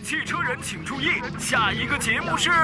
汽车人请注意，下一个节目是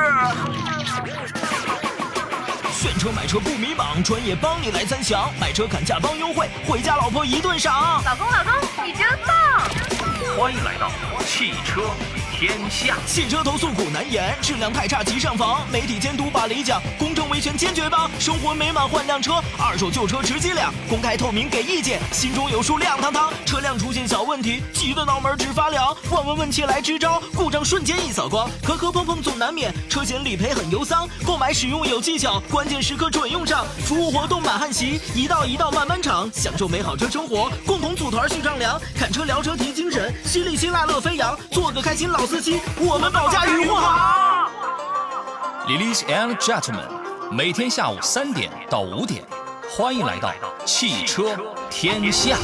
选车买车不迷茫，专业帮你来参详，买车砍价帮优惠，回家老婆一顿赏。 老公，你真棒！ 欢迎来到汽车天下。汽车投诉苦难言，质量太差急上访，媒体监督把理讲，公正维权坚决帮，生活美满换辆车，二手旧车值几两，公开透明给意见，心中有数亮堂堂。车辆出现小问题，急得脑门直发凉，问切来支招，故障瞬间一扫光，磕碰总难免，车险理赔很忧桑，购买使用有技巧，关键时刻准用上，服务活动满汉席，一道慢慢尝，享受美好车生活，共同组团去丈量，看车聊车提精神，犀利辛辣乐飞扬，做个开心老司机，我们保驾护航。 Ladies and gentlemen， 每天下午3点到5点，欢迎来到汽车天下。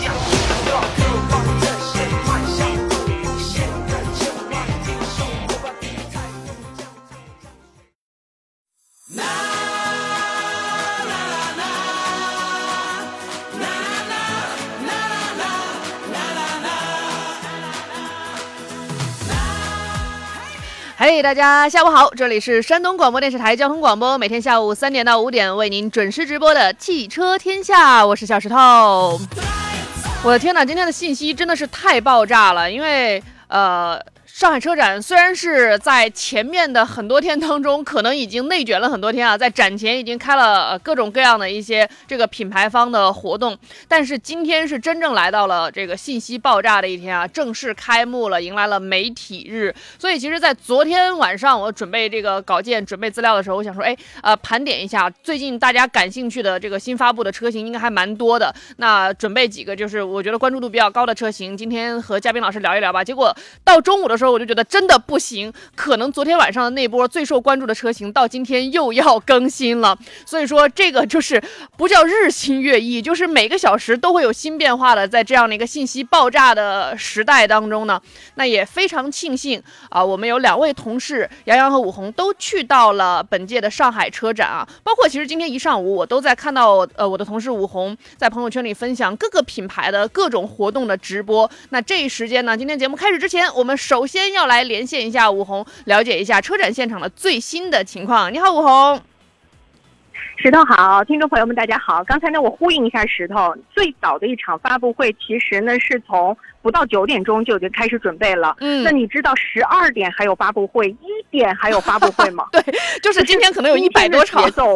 嘿，大家下午好，这里是山东广播电视台交通广播，每天下午3点到5点为您准时直播的汽车天下，我是小石头。我的天哪，今天的信息真的是太爆炸了，因为上海车展虽然是在前面的很多天当中可能已经内卷了很多天啊，在展前已经开了各种各样的一些这个品牌方的活动，但是今天是真正来到了这个信息爆炸的一天啊，正式开幕了，迎来了媒体日。所以其实在昨天晚上我准备这个稿件准备资料的时候，我想说盘点一下最近大家感兴趣的这个新发布的车型应该还蛮多的，那准备几个就是我觉得关注度比较高的车型，今天和嘉宾老师聊一聊吧。结果到中午的时候我就觉得真的不行，可能昨天晚上的那波最受关注的车型到今天又要更新了，所以说这个就是不叫日新月异，就是每个小时都会有新变化的。在这样的一个信息爆炸的时代当中呢，那也非常庆幸我们有2位同事杨洋和武红都去到了本届的上海车展啊，包括其实今天一上午我都在看到我的同事武红在朋友圈里分享各个品牌的各种活动的直播。那这一时间呢，今天节目开始之前，我们首先要来连线一下武红，了解一下车展现场的最新的情况。你好，武红。 石头好，听众朋友们大家好。刚才呢我呼应一下石头，最早的一场发布会其实呢是从不到9点钟就已经开始准备了。那你知道12点还有发布会，1点还有发布会吗？ 对，就是今天可能有100多场， 节奏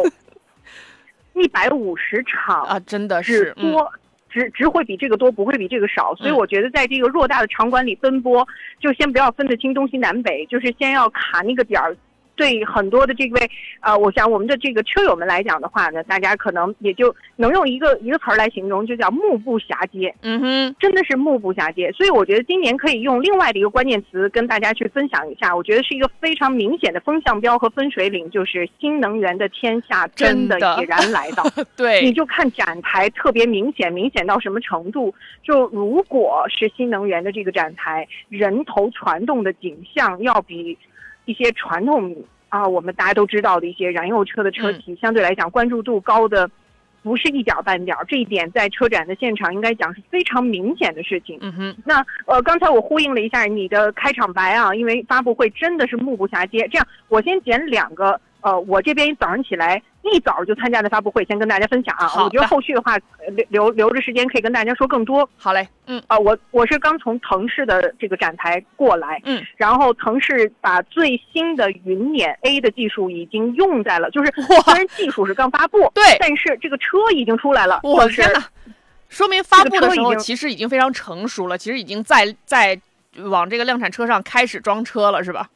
150场啊，真的是多。只会比这个多，不会比这个少，所以我觉得在这个偌大的场馆里奔波，就先不要分得清东西南北，就是先要卡那个点儿。对很多的这位我想我们的这个车友们来讲的话呢，大家可能也就能用一个词儿来形容，就叫目不暇接。真的是目不暇接。所以我觉得今年可以用另外的一个关键词跟大家去分享一下，我觉得是一个非常明显的风向标和分水岭，就是新能源的天下真的已然来到。 对， 你就看展台特别明显到什么程度，就如果是新能源的这个展台，人头攒动的景象要比一些传统我们大家都知道的一些燃油车的车企相对来讲关注度高的不是一点半点，这一点在车展的现场应该讲是非常明显的事情。那刚才我呼应了一下你的开场白啊，因为发布会真的是目不暇接。这样我先捡2个我这边早上起来一早就参加的发布会先跟大家分享啊。我觉得后续的话留着时间可以跟大家说更多。 好嘞。 我是刚从腾势的这个展台过来，然后腾势把最新的云辇 A 的技术已经用在了，就是虽然技术是刚发布， 对， 但是这个车已经出来了。 我天哪，说明发布的时候其实已经非常成熟了，其实已经在往这个量产车上开始装车了，是吧？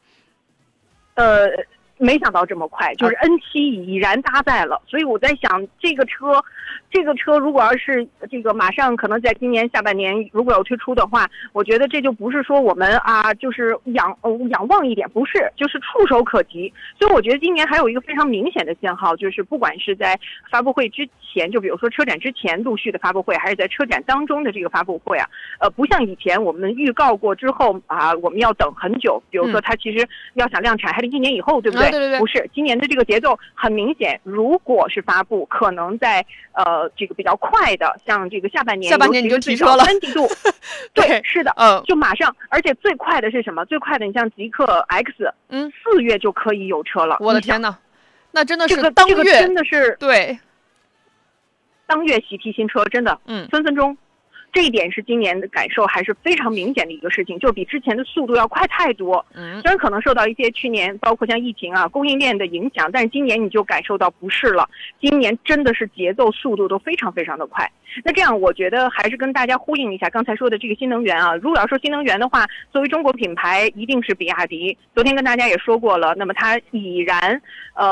没想到这么快，就是 N7 已然搭载了，所以我在想这个车如果要是这个马上可能在今年下半年如果有推出的话，我觉得这就不是说我们就是仰望一点，不是，就是触手可及。所以我觉得今年还有一个非常明显的信号，就是不管是在发布会之前，就比如说车展之前陆续的发布会，还是在车展当中的这个发布会不像以前我们预告过之后我们要等很久，比如说它其实要想量产还得1年以后，对不对？ 对， 不是，今年的这个节奏很明显，如果是发布，可能在这个比较快的，像这个下半年你就提车了 ，3季度，对，是的，就马上，而且最快的是什么？最快的，你像极氪 X，4月就可以有车了。 我的天哪，那真的是当月真的是对， 当月喜提新车，真的，分分钟。这一点是今年的感受还是非常明显的一个事情，就比之前的速度要快太多。虽然可能受到一些去年包括像疫情啊、供应链的影响，但是今年你就感受到不是了。今年真的是节奏、速度都非常非常的快。那这样我觉得还是跟大家呼应一下刚才说的这个新能源啊。如果要说新能源的话，作为中国品牌，一定是比亚迪。昨天跟大家也说过了，那么它已然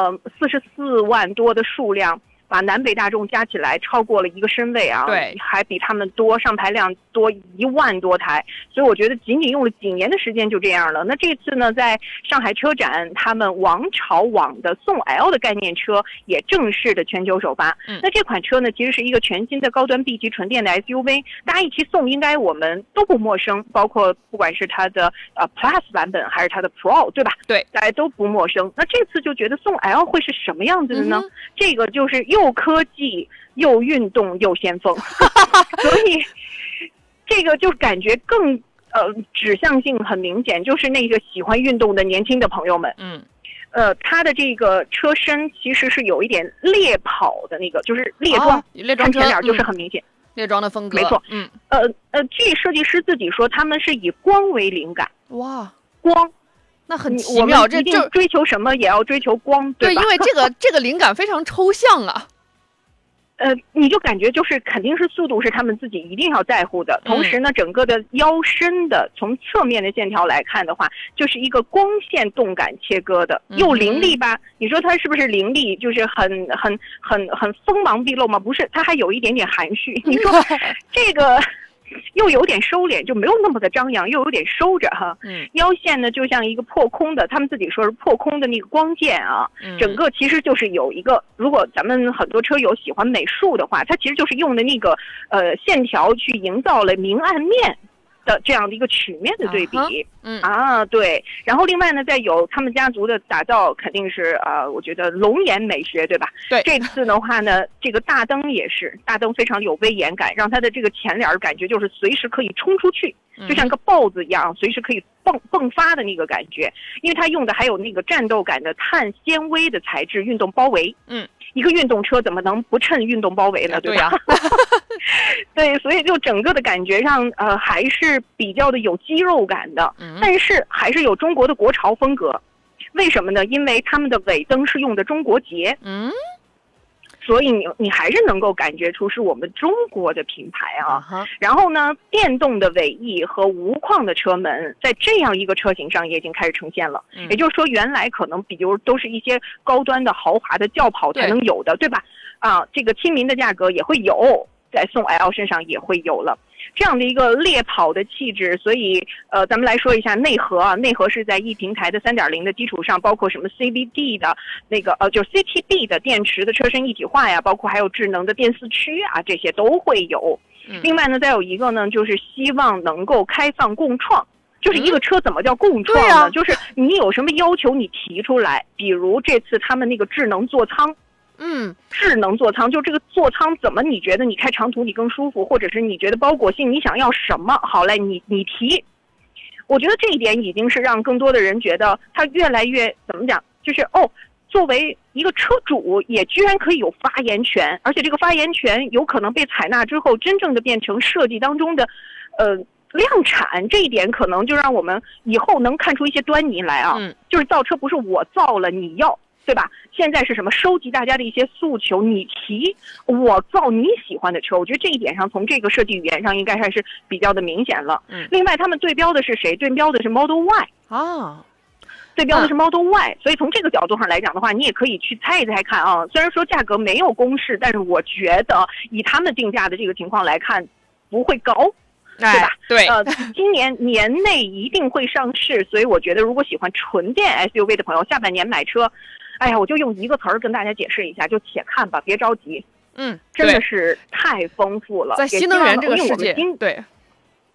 44万多的数量。把南北大众加起来超过了一个身位啊， 对， 还比他们多，上牌量多1万多台，所以我觉得仅仅用了几年的时间就这样了。那这次呢，在上海车展，他们王朝网的宋 L 的概念车也正式的全球首发。那这款车呢，其实是一个全新的高端 B 级纯电的 SUV， 大家一起送，应该我们都不陌生，包括不管是它的Plus 版本还是它的 Pro， 对吧？ 对， 大家都不陌生。那这次就觉得宋 L 会是什么样子的呢？这个就是又科技又运动又先锋，所以这个就感觉更指向性很明显，就是那个喜欢运动的年轻的朋友们。它的这个车身其实是有一点猎跑的那个，就是猎装，看前脸就是很明显。 猎装的风格， 没错。据设计师自己说，他们是以光为灵感。 哇， 光。 那很奇妙， 这就追求什么也要追求光，对吧？ 因为这个灵感非常抽象啊。 你就感觉就是肯定是速度是他们自己一定要在乎的，同时呢，整个的腰身的从侧面的线条来看的话，就是一个光线动感切割的，又凌厉吧？你说它是不是凌厉？就是很锋芒毕露吗？不是，它还有一点点含蓄。你说这个。又有点收敛，就没有那么的张扬，又有点收着哈。腰线呢就像一个破空的，他们自己说是破空的那个光剑啊。整个其实就是有一个，如果咱们很多车友喜欢美术的话，它其实就是用的那个线条去营造了明暗面的这样的一个曲面的对比。对。然后另外呢，再有他们家族的打造，肯定是我觉得龙颜美学，对吧？ 对。 这次的话呢，这个大灯也是，大灯非常有威严感，让它的这个前脸感觉就是随时可以冲出去，就像个豹子一样，随时可以迸发的那个感觉。因为它用的还有那个战斗感的碳纤维的材质运动包围。一个运动车怎么能不衬运动包围呢？对吧？对，所以就整个的感觉上，还是比较的有肌肉感的，但是还是有中国的国潮风格。为什么呢？因为他们的尾灯是用的中国结。所以你还是能够感觉出是我们中国的品牌啊。然后呢，电动的尾翼和无框的车门在这样一个车型上也已经开始呈现了。也就是说，原来可能比如都是一些高端的豪华的轿跑才能有的，对吧？这个亲民的价格也会有，在宋 L 身上也会有了。这样的一个猎跑的气质，所以咱们来说一下内核啊。内核是在一平台的 3.0 的基础上，包括什么 CVD 的那个就 CTB 的电池的车身一体化呀，包括还有智能的电四驱啊，这些都会有。另外呢，再有一个呢，就是希望能够开放共创。就是一个车怎么叫共创呢？就是你有什么要求你提出来，比如这次他们那个智能座舱。智能座舱，就这个座舱怎么你觉得你开长途你更舒服，或者是你觉得包裹性你想要什么，好嘞，你提。我觉得这一点已经是让更多的人觉得他越来越怎么讲，就是作为一个车主也居然可以有发言权，而且这个发言权有可能被采纳之后真正的变成设计当中的量产，这一点可能就让我们以后能看出一些端倪来啊。就是造车不是我造了你要，对吧？现在是什么？收集大家的一些诉求，你提，我造你喜欢的车。我觉得这一点上，从这个设计语言上，应该还是比较的明显了。另外，他们对标的是谁？对标的是 Model Y 啊，对标的是 Model Y。所以从这个角度上来讲的话，你也可以去猜一猜看啊。虽然说价格没有公示，但是我觉得以他们定价的这个情况来看，不会高。对吧？ 对， 今年年内一定会上市，所以我觉得如果喜欢纯电 SUV 的朋友，下半年买车，哎呀，我就用一个词儿跟大家解释一下，就且看吧，别着急。真的是太丰富了。 在新能源这个世界，对，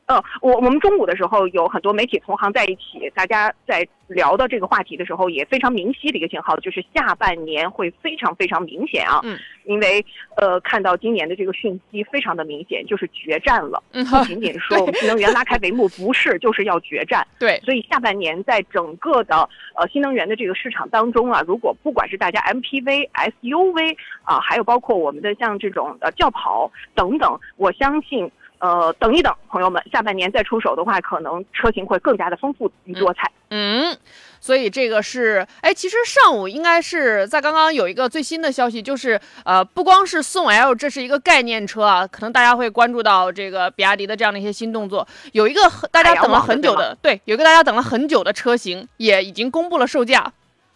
我们中午的时候有很多媒体同行在一起，大家在聊到这个话题的时候，也非常明晰的一个信号，就是下半年会非常非常明显啊。因为看到今年的这个讯息非常的明显，就是决战了。不仅仅说我们新能源拉开帷幕，不是，就是要决战。 对， 所以下半年在整个的新能源的这个市场当中啊，如果不管是大家 MPV、SUV 啊，还有包括我们的像这种轿跑等等，我相信。等一等，朋友们，下半年再出手的话，可能车型会更加的丰富与多彩。 所以这个是，其实上午应该是在刚刚有一个最新的消息，就是不光是宋 L， 这是一个概念车啊，可能大家会关注到这个比亚迪的这样的一些新动作，有一个大家等了很久的，对，有一个大家等了很久的车型也已经公布了售价。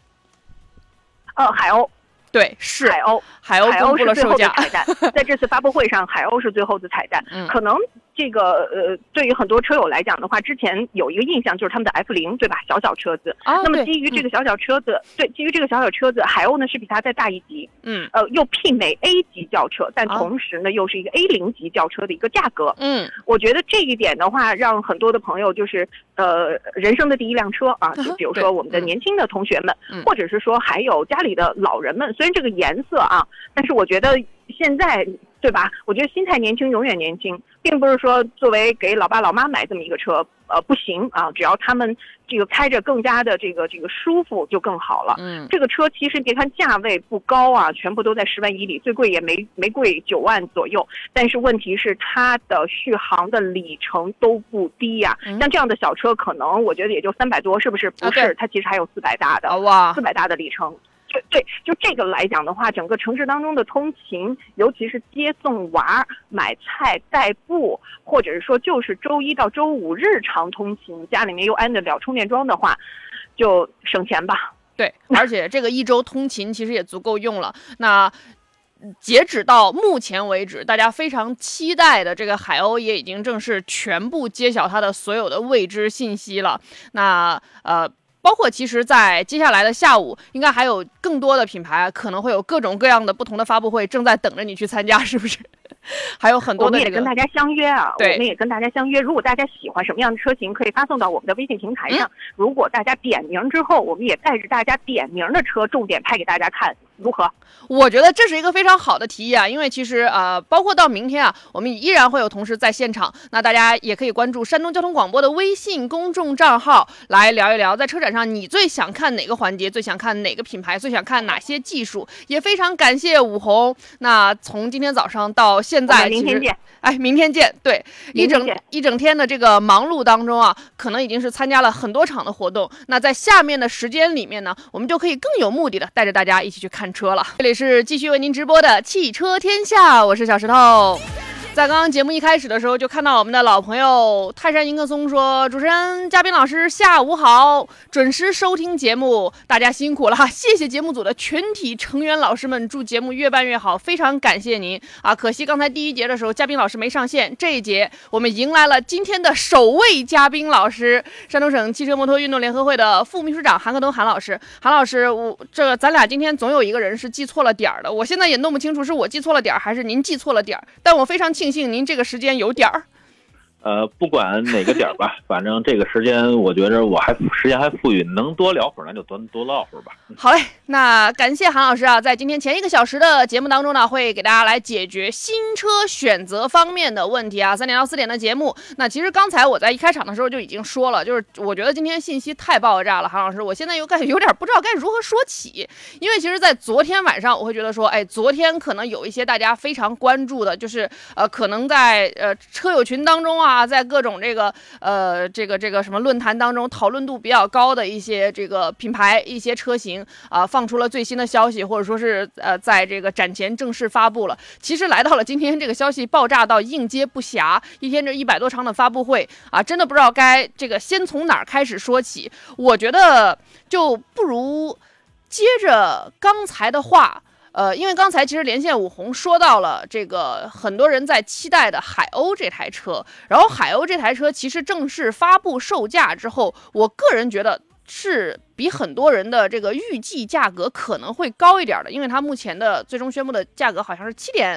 海鸥。 对，是海鸥公布了售价。 在这次发布会上，海鸥是最后的彩蛋。可能这个对于很多车友来讲的话，之前有一个印象就是他们的 F0，对吧？小车子。那么基于这个小车子，基于这个小车子，海鸥呢是比它再大一级。又媲美 A 级轿车，但同时呢又是一个 A0级轿车的一个价格。我觉得这一点的话，让很多的朋友就是人生的第一辆车啊，就比如说我们的年轻的同学们，或者是说还有家里的老人们，虽然这个颜色啊，但是我觉得现在对吧？我觉得心态年轻永远年轻，并不是说作为给老爸老妈买这么一个车不行啊，只要他们这个开着更加的这个舒服就更好了。这个车其实别看价位不高啊，全部都在10万以里，最贵也没贵9万左右，但是问题是它的续航的里程都不低呀。像这样的小车可能我觉得也就300多，是不是？不是，它其实还有400大的，400大的里程。对，就这个来讲的话，整个城市当中的通勤，尤其是接送娃、买菜、代步，或者是说就是周一到周五日常通勤，家里面又安得了充电桩的话，就省钱吧。 对，而且这个一周通勤其实也足够用了。那截止到目前为止，大家非常期待的这个海鸥也已经正式全部揭晓它的所有的未知信息了。那包括其实在接下来的下午，应该还有更多的品牌可能会有各种各样的不同的发布会正在等着你去参加，是不是？还有很多的我们也跟大家相约啊， 对， 我们也跟大家相约，如果大家喜欢什么样的车型，可以发送到我们的微信平台上。如果大家点名之后，我们也带着大家点名的车重点拍给大家看，如何？ 我觉得这是一个非常好的提议啊，因为其实包括到明天啊，我们依然会有同事在现场，那大家也可以关注山东交通广播的微信公众账号来聊一聊，在车展上你最想看哪个环节，最想看哪个品牌，最想看哪些技术。也非常感谢武红，那从今天早上到现在， 明天见。 明天见。对，一整天的这个忙碌当中啊，可能已经是参加了很多场的活动。那在下面的时间里面呢，我们就可以更有目的的带着大家一起去看车了。这里是继续为您直播的汽车天下，我是小石头。在刚刚节目一开始的时候，就看到我们的老朋友泰山迎客松说：“主持人、嘉宾老师下午好，准时收听节目，大家辛苦了哈！谢谢节目组的全体成员老师们，祝节目越办越好，非常感谢您啊！可惜刚才第一节的时候，嘉宾老师没上线，这一节我们迎来了今天的首位嘉宾老师，山东省汽车摩托运动联合会的副秘书长韩克东韩老师。韩老师，咱俩今天总有一个人是记错了点儿的，我现在也弄不清楚是我记错了点儿还是您记错了点儿，但我非常庆幸您这个时间有点儿。 不管哪个点吧，反正这个时间我觉着时间还富裕，能多聊会儿那就多唠会儿吧。 好嘞，那感谢韩老师啊，在今天前1个小时的节目当中呢，会给大家来解决新车选择方面的问题啊。3点到4点的节目，那其实刚才我在一开场的时候就已经说了，就是我觉得今天信息太爆炸了，韩老师，我现在有点不知道该如何说起，因为其实在昨天晚上，我会觉得说，昨天可能有一些大家非常关注的，就是可能在车友群当中啊，在各种这个什么论坛当中讨论度比较高的一些这个品牌、一些车型放出了最新的消息，或者说是在这个展前正式发布了。其实来到了今天，这个消息爆炸到应接不暇，一天这100多场的发布会啊，真的不知道该这个先从哪儿开始说起。我觉得就不如接着刚才的话。因为刚才其实连线武红说到了这个很多人在期待的海鸥这台车，然后海鸥这台车其实正式发布售价之后，我个人觉得是比很多人的这个预计价格可能会高一点的，因为它目前的最终宣布的价格好像是7点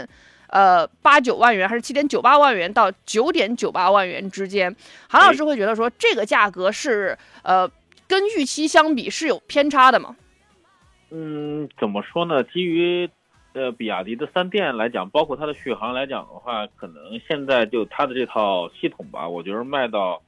8-9万元，还是7.98万元到9.98万元之间。韩老师会觉得说这个价格是跟预期相比是有偏差的吗？ 怎么说呢？基于比亚迪的3电来讲，包括它的续航来讲的话，可能现在就它的这套系统吧，我觉得卖到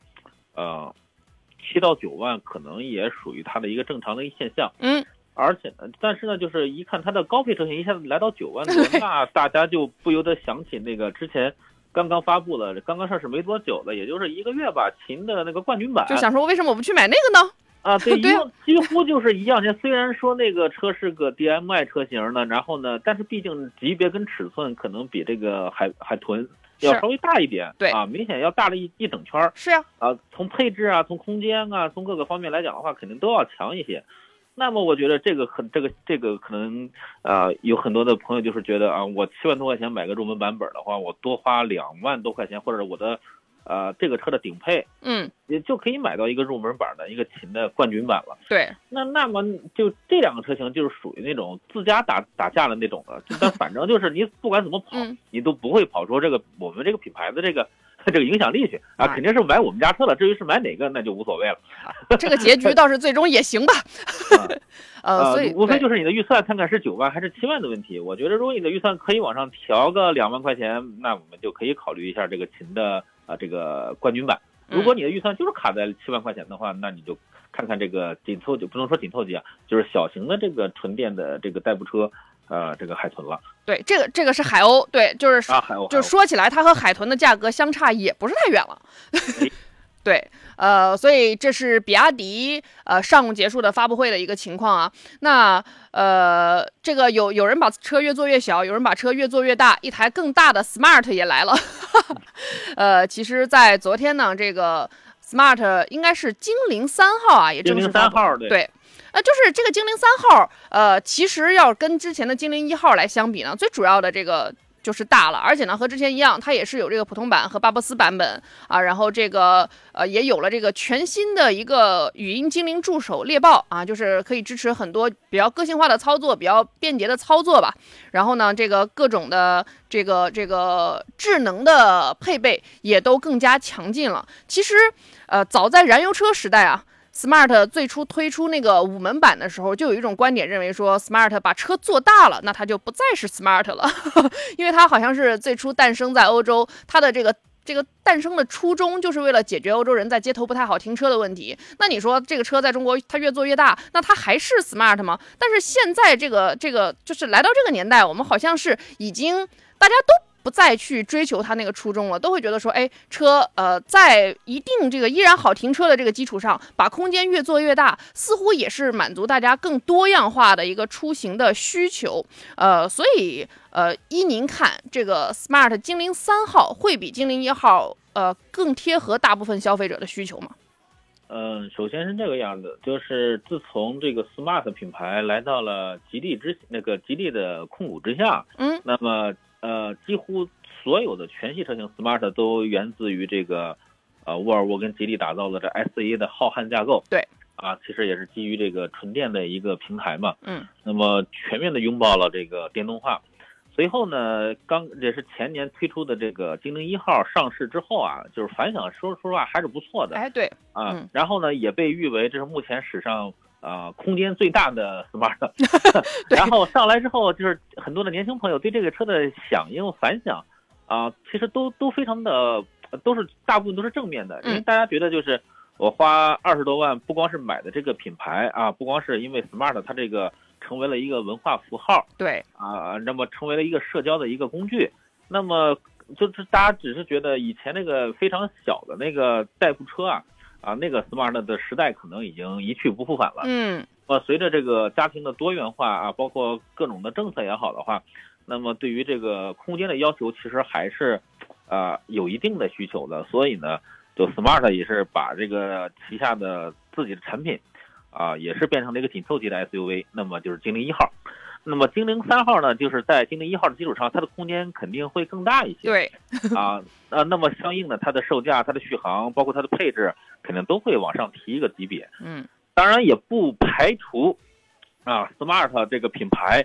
7到9万，可能也属于它的一个正常的一个现象。而且呢，但是呢，就是一看它的高配车型一下子来到9万多，那大家就不由得想起那个之前刚刚发布了、刚刚上市没多久的，也就是1个月吧，秦的那个冠军版， 就想说为什么我不去买那个呢？ 对， 对几乎就是一样。虽然说那个车是个 DMI 车型呢，然后呢，但是毕竟级别跟尺寸可能比这个海豚要稍微大一点， 对明显要大了一整圈。 是啊， 从配置啊，从空间啊，从各个方面来讲的话，肯定都要强一些。那么我觉得这个可能有很多的朋友就是觉得我7万多块钱买个入门版本的话，我多花2万多块钱，或者我的这个车的顶配，也就可以买到一个入门版的一个秦的冠军版了。 对， 那么就这2个车型就是属于那种自家打架的那种的，但反正就是你不管怎么跑，你都不会跑出我们这个品牌的这个影响力去肯定是买我们家车了。至于是买哪个，那就无所谓了。 这个结局倒是最终也行吧。所以无非就是你的预算看看是9万还是7万的问题。我觉得如果你的预算可以往上调个2万块钱，那我们就可以考虑一下这个秦的这个冠军版。如果你的预算就是卡在7万块钱的话，那你就看看这个紧凑级，不能说紧凑级就是小型的这个纯电的这个代步车，这个海豚了。 对，这个是海鸥，对，就是海鸥， 就说起来，它和海豚的价格相差也不是太远了。对，所以这是比亚迪上午结束的发布会的一个情况啊。那这个有人把车越做越小，有人把车越做越大，一台更大的 Smart 也来了。其实，在昨天呢，这个 Smart 应该是精灵3号啊，也正式发布。 精灵3号， 对。就是这个精灵3号，其实要跟之前的精灵1号来相比呢，最主要的这个就是大了，而且呢和之前一样，它也是有这个普通版和巴博斯版本啊，然后这个也有了这个全新的一个语音精灵助手猎豹啊，就是可以支持很多比较个性化的操作，比较便捷的操作吧。然后呢，这个各种的这个智能的配备也都更加强劲了。其实早在燃油车时代啊，Smart 最初推出那个5门版的时候，就有一种观点认为说 Smart 把车做大了，那它就不再是 Smart 了，因为它好像是最初诞生在欧洲，它的这个诞生的初衷就是为了解决欧洲人在街头不太好停车的问题。那你说这个车在中国它越做越大，那它还是 Smart 吗？但是现在这个就是来到这个年代，我们好像是已经大家都不再去追求它那个初衷了，都会觉得说，车在一定这个依然好停车的这个基础上，把空间越做越大，似乎也是满足大家更多样化的一个出行的需求。所以依您看，这个 Smart 精灵3号会比精灵1号更贴合大部分消费者的需求吗？ 首先是这个样子，就是自从这个 Smart 品牌来到了吉利的控股之下，那么几乎所有的全系车型 Smart 都源自于这个沃尔沃跟吉利打造的这 SE 的浩瀚架构。 对其实也是基于这个纯电的一个平台嘛。那么全面的拥抱了这个电动化。随后呢，也是前年推出的这个精灵1号上市之后啊，就是反响说实话还是不错的。 对然后呢，也被誉为这是目前史上空间最大的 Smart。 然后上来之后，就是很多的年轻朋友对这个车的响应反响其实都非常的大部分都是正面的。因为大家觉得就是我花20多万，不光是买的这个品牌不光是因为 Smart 它这个成为了一个文化符号， 对那么成为了一个社交的一个工具。那么就是大家只是觉得以前那个非常小的那个代步车那个 Smart 的时代可能已经一去不复返了。随着这个家庭的多元化包括各种的政策也好的话，那么对于这个空间的要求其实还是有一定的需求的。所以呢，就 Smart 也是把这个旗下的自己的产品也是变成了一个紧凑级的 SUV， 那么就是精灵1号。那么精灵3号呢，就是在精灵1号的基础上，它的空间肯定会更大一些。 对那么相应的它的售价、它的续航，包括它的配置，肯定都会往上提一个级别。当然也不排除Smart 这个品牌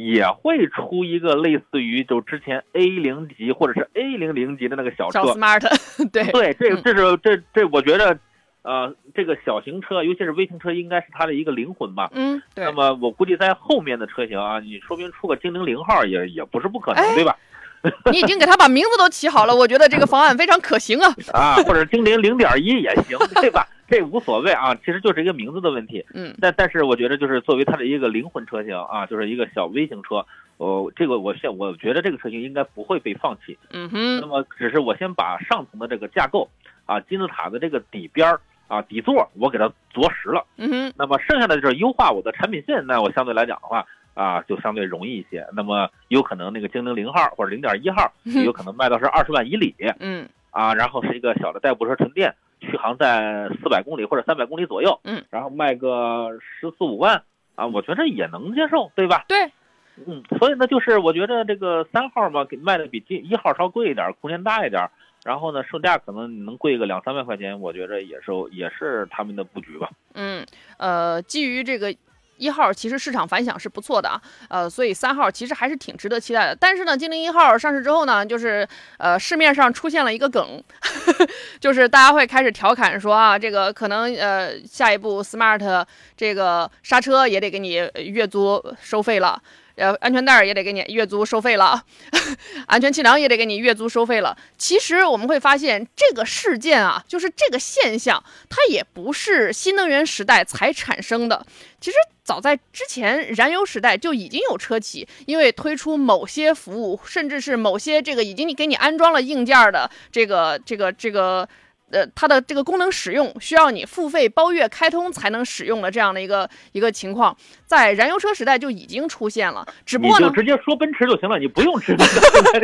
也会出一个类似于就之前 A0级或者是 A00级的那个小车， 小 smart， 对， 这我觉得。这个小型车，尤其是微型车，应该是它的一个灵魂吧。 对。 那么我估计在后面的车型啊，你说不定出个精灵0号也不是不可能，对吧？ 你已经给他把名字都起好了，我觉得这个方案非常可行啊。 或者精灵0.1也行，对吧？这无所谓啊，其实就是一个名字的问题。但是我觉得就是作为它的一个灵魂车型啊，就是一个小微型车，这个我觉得这个车型应该不会被放弃。那么只是我先把上层的这个架构啊，金字塔的这个底边啊，底座我给它着实了。那么剩下的就是优化我的产品线，那我相对来讲的话啊，就相对容易一些。那么有可能那个精灵0号或者0.1号，有可能卖到是20万以里。然后是一个小的代步车纯电，续航在400公里或者300公里左右。然后卖个14、15万啊，我觉得也能接受，对吧？ 对。 所以呢，就是我觉得这个3号嘛，卖的比1号稍贵一点，空间大一点。然后呢，售价可能能贵个2、3万块钱，我觉得也是他们的布局吧。 基于这个1号，其实市场反响是不错的啊，所以3号其实还是挺值得期待的。但是呢，精灵1号上市之后呢，就是市面上出现了一个梗，就是大家会开始调侃说啊，这个可能下一步 smart 这个刹车也得给你月租收费了。安全带也得给你月租收费了，安全气囊也得给你月租收费了。其实我们会发现这个事件啊，就是这个现象，它也不是新能源时代才产生的。其实早在之前燃油时代就已经有车企因为推出某些服务，甚至是某些这个已经给你安装了硬件的这个它的这个功能使用需要你付费包月开通才能使用的这样的一个情况，在燃油车时代就已经出现了。只不过呢， 你就直接说奔驰就行了，你不用知道。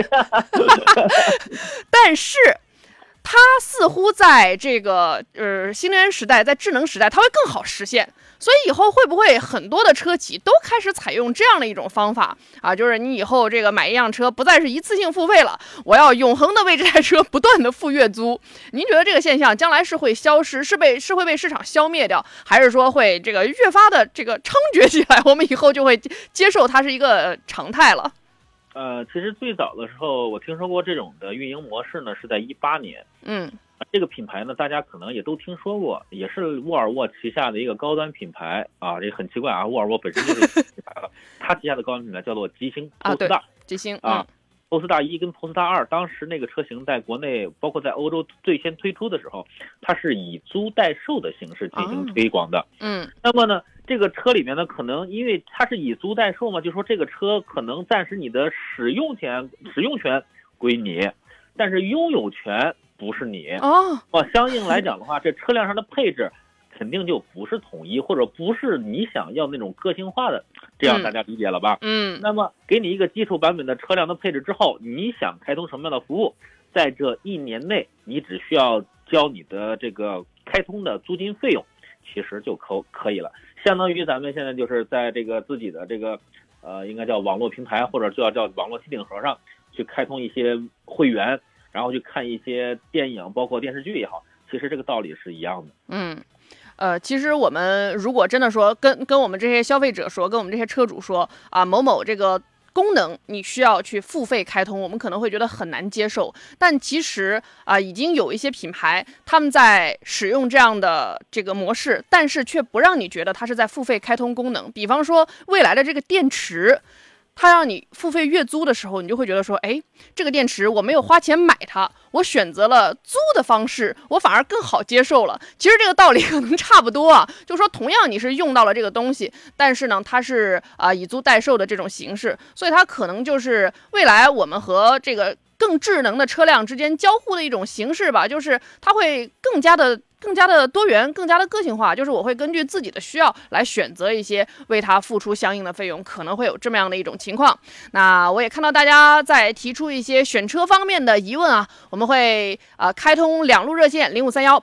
但是它似乎在这个新能源时代，在智能时代，它会更好实现。所以以后会不会很多的车企都开始采用这样的一种方法啊？就是你以后这个买一辆车不再是一次性付费了，我要永恒的为这台车不断的付月租。您觉得这个现象将来是会消失，是会被市场消灭掉，还是说会这个越发的这个猖獗起来？我们以后就会接受它是一个常态了。 其实最早的时候我听说过这种的运营模式呢，是在18年。这个品牌呢，大家可能也都听说过，也是沃尔沃旗下的一个高端品牌啊。这很奇怪啊，沃尔沃本身就是一个品牌了，它旗下的高端品牌叫做极星 Polestar 极星 Polestar 1跟 Polestar 2，当时那个车型在国内，包括在欧洲最先推出的时候，它是以租代售的形式进行推广的。那么呢，这个车里面呢，可能因为它是以租代售嘛，就说这个车可能暂时你的使用权归你，但是拥有权不是你。相应来讲的话，这车辆上的配置肯定就不是统一，或者不是你想要那种个性化的，这样大家理解了吧？那么给你一个基础版本的车辆的配置之后，你想开通什么样的服务，在这1年内，你只需要交你的这个开通的租金费用，其实就可以了。相当于咱们现在就是在这个自己的这个应该叫网络平台，或者就要叫网络机顶盒上去开通一些会员，然后去看一些电影，包括电视剧也好，其实这个道理是一样的。 其实我们如果真的说跟我们这些消费者说，跟我们这些车主说啊，某某这个功能你需要去付费开通，我们可能会觉得很难接受。但其实已经有一些品牌他们在使用这样的这个模式，但是却不让你觉得它是在付费开通功能。比方说未来的这个电池，它让你付费月租的时候，你就会觉得说，这个电池我没有花钱买它，我选择了租的方式，我反而更好接受了。其实这个道理可能差不多啊，就是说同样你是用到了这个东西，但是呢，它是以租代售的这种形式，所以它可能就是未来我们和这个更智能的车辆之间交互的一种形式吧，就是它会更加的多元，更加的个性化，就是我会根据自己的需要来选择一些为它付出相应的费用，可能会有这么样的一种情况。那我也看到大家在提出一些选车方面的疑问啊，我们会开通2路热线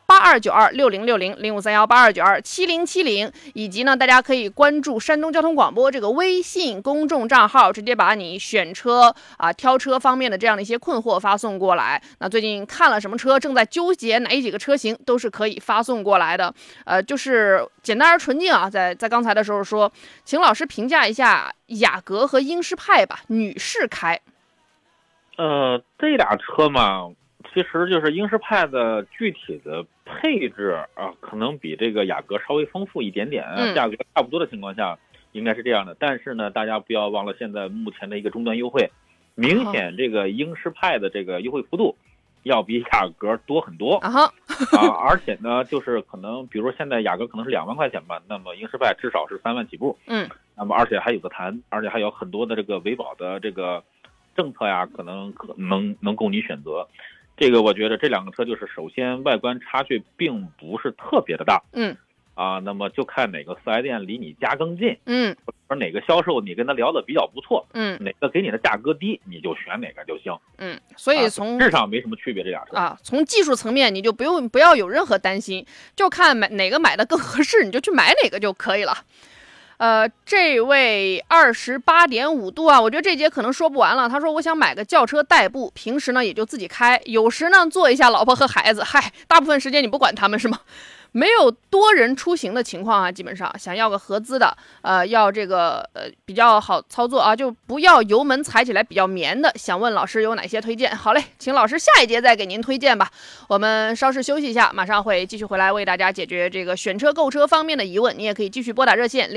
053182926060，053182927070，以及呢大家可以关注山东交通广播这个微信公众账号，直接把你选车挑车方面的这样的一些困惑发送过来。那最近看了什么车，正在纠结哪几个车型，都是可可以发送过来的。就是简单而纯净啊，在刚才的时候说，请老师评价一下雅阁和英诗派吧，女士开。 这俩车嘛，其实就是英诗派的具体的配置啊，可能比这个雅阁稍微丰富一点点，价格差不多的情况下，应该是这样的。但是呢，大家不要忘了现在目前的一个终端优惠，明显这个英诗派的这个优惠幅度要比雅阁多很多而且呢，就是可能比如说现在雅阁可能是2万块钱吧，那么英诗派至少是3万起步，那么而且还有个谈，而且还有很多的这个维保的这个政策呀，可能能供你选择。这个我觉得这两个车就是首先外观差距并不是特别的大，那么就看哪个4S店离你家更近，或者哪个销售你跟他聊的比较不错，哪个给你的价格低，你就选哪个就行， 所以从质上没什么区别，这俩车从技术层面你就不要有任何担心，就看哪个买的更合适，你就去买哪个就可以了。这位28.5度啊，我觉得这节可能说不完了。他说我想买个轿车代步，平时呢也就自己开，有时呢坐一下老婆和孩子，大部分时间你不管他们是吗？没有多人出行的情况啊，基本上想要个合资的，要这个比较好操作啊，就不要油门踩起来比较绵的。想问老师有哪些推荐？好嘞，请老师下一节再给您推荐吧。我们稍事休息一下，马上会继续回来为大家解决这个选车购车方面的疑问。你也可以继续拨打热线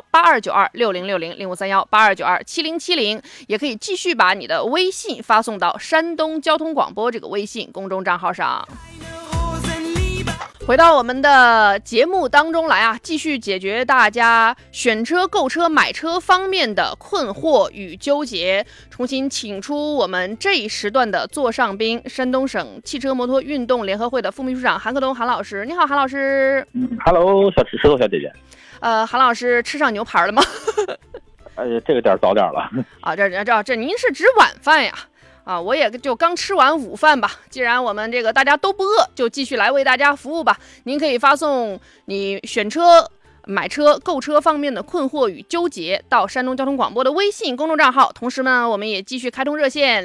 0531829060，053182927070，也可以继续把你的微信发送到山东交通广播这个微信公众账号上。回到我们的节目当中来啊，继续解决大家选车、购车、买车方面的困惑与纠结。重新请出我们这一时段的座上宾，山东省汽车摩托运动联合会的副秘书长韩克东韩老师。你好，韩老师。 Hello， 石头小姐姐。 韩老师吃上牛排了吗？ 这个点早点了啊，这您是指晚饭呀？我也就刚吃完午饭吧。既然我们这个大家都不饿，就继续来为大家服务吧。您可以发送你选车、买车、购车方面的困惑与纠结到山东交通广播的微信公众账号。同时呢，我们也继续开通热线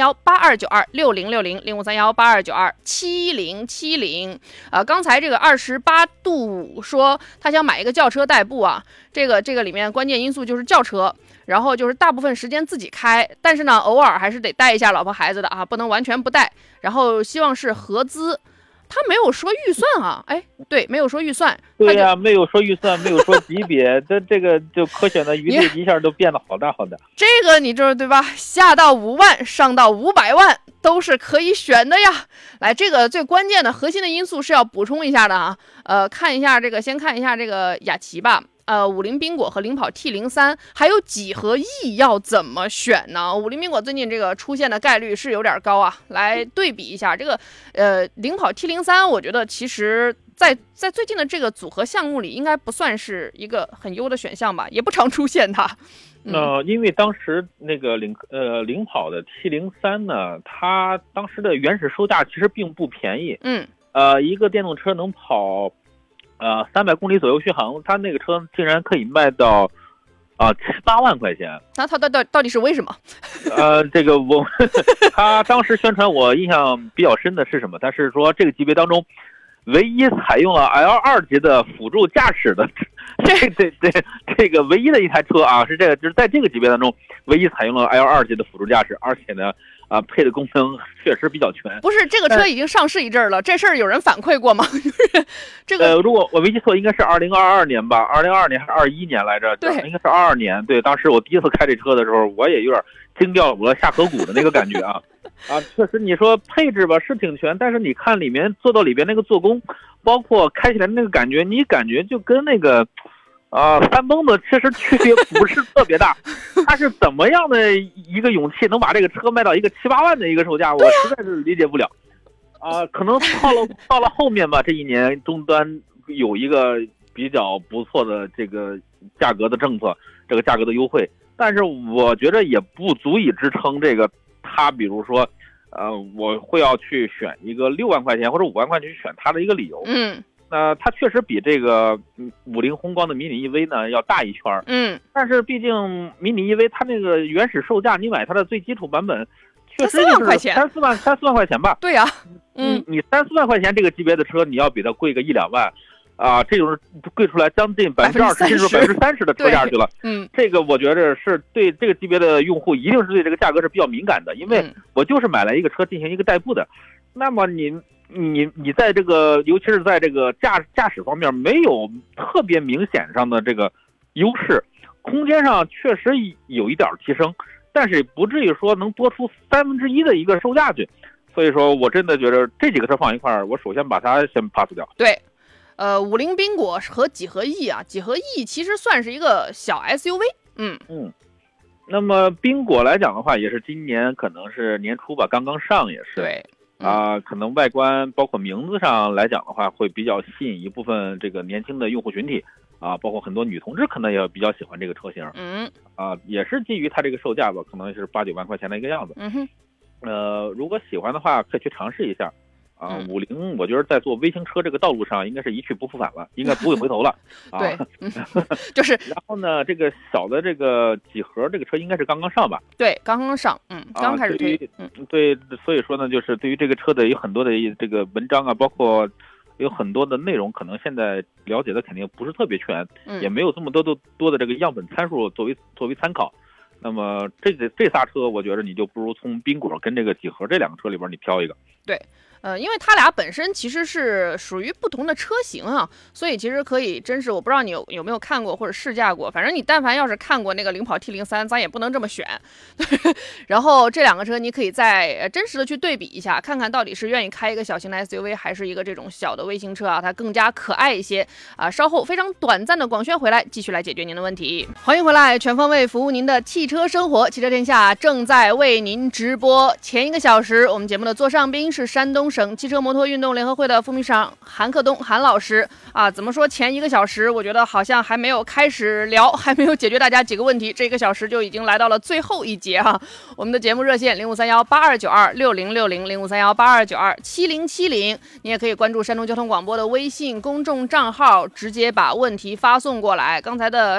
0531829060，053182927070。刚才这个28.5度说他想买一个轿车代步啊，这个里面关键因素就是轿车。然后就是大部分时间自己开，但是呢，偶尔还是得带一下老婆孩子的啊，不能完全不带。然后希望是合资，他没有说预算啊，对，没有说预算。 对呀，没有说预算，没有说级别，这个就可选的余地一下都变得好大好大。 这个你知道对吧？下到5万，上到500万都是可以选的呀。来，这个最关键的核心的因素是要补充一下的啊。看一下这个，先看一下这个雅旗吧。50宾果和领跑 T03 还有几何 E 要怎么选呢？50宾果最近这个出现的概率是有点高啊。来对比一下这个领跑 T03， 我觉得其实在最近的这个组合项目里应该不算是一个很优的选项吧，也不常出现它。 因为当时那个领跑的 T03 呢，它当时的原始售价其实并不便宜。一个电动车能跑300公里左右续航，他那个车竟然可以卖到7、8万块钱。 那他到底是为什么？ 这个他当时宣传我印象比较深的是什么？他是说这个级别当中唯一采用了 L2 级的辅助驾驶的，这个唯一的一台车啊，是这个就是在这个级别当中唯一采用了 L2 级的辅助驾驶，而且呢。配的功能确实比较全。不是这个车已经上市一阵了，这事儿有人反馈过吗？就是这个如果我没记错，应该是2022年吧，2022年还是21年来着？ 对， 应该是22年。对，当时我第一次开这车的时候，我也有点惊掉我下颌骨的那个感觉啊。确实，你说配置吧是挺全，但是你看里面坐到里边那个做工，包括开起来的那个感觉，你感觉就跟那个。三蹦子其实区别不是特别大，他是怎么样的一个勇气能把这个车卖到一个7、8万的一个售价，我实在是理解不了。可能到了后面吧，这一年终端有一个比较不错的这个价格的政策，这个价格的优惠，但是我觉得也不足以支撑这个他，比如说，我会要去选一个6万块钱或者5万块钱去选它的一个理由。它确实比这个50宏光的迷你 EV 呢要大一圈。但是毕竟迷你 EV 它那个原始售价，你买它的最基础版本， 确实 3万块钱 ，3、4万块钱吧。 对呀， 你3、4万块钱这个级别的车，你要比它贵个1、2万。这种贵出来将近20%甚至30%的车价去了。这个我觉得是对这个级别的用户一定是对这个价格是比较敏感的，因为我就是买来一个车进行一个代步的，那么你在这个尤其是在这个驾驶方面没有特别明显上的这个优势，空间上确实有一点提升，但是不至于说能多出1/3的一个售价去。所以说我真的觉得这几个车放一块儿，我首先把它先 pass 掉。 对。50缤果和几何 E 啊，几何 E 其实算是一个小 SUV。 那么缤果来讲的话，也是今年可能是年初吧，刚刚上也是。 对。 可能外观包括名字上来讲的话，会比较吸引一部分这个年轻的用户群体包括很多女同志可能也比较喜欢这个车型。也是基于它这个售价吧，可能是8、9万块钱的一个样子。如果喜欢的话，可以去尝试一下。50，我觉得在做微型车这个道路上，应该是一去不复返了，应该不会回头了。 对，就是。 然后呢，这个小的这个几何这个车应该是刚刚上吧？ 对，刚刚上，刚开始推。 对，所以说呢，就是对于这个车的有很多的这个文章包括有很多的内容，可能现在了解的肯定不是特别全，也没有这么多的这个样本参数作为参考。那么这仨车，我觉得你就不如从缤果跟这个几何这两个车里边你挑一个。 对。因为它俩本身其实是属于不同的车型所以其实可以真是，我不知道你有没有看过或者试驾过，反正你但凡要是看过那个领跑 T03，咱也不能这么选。然后这两个车你可以再真实的去对比一下，看看到底是愿意开一个小型的 SUV 还是一个这种小的微型车它更加可爱一些稍后非常短暂的广宣回来，继续来解决您的问题。欢迎回来，全方位服务您的汽车生活，汽车天下正在为您直播。前1个小时我们节目的座上宾是山东省汽车摩托运动联合会的副秘书长韩克东韩老师怎么说前1个小时我觉得好像还没有开始聊，还没有解决大家几个问题，这1个小时就已经来到了最后一节我们的节目热线0531826060，053182927070，你也可以关注山东交通广播的微信公众账号，直接把问题发送过来。刚才的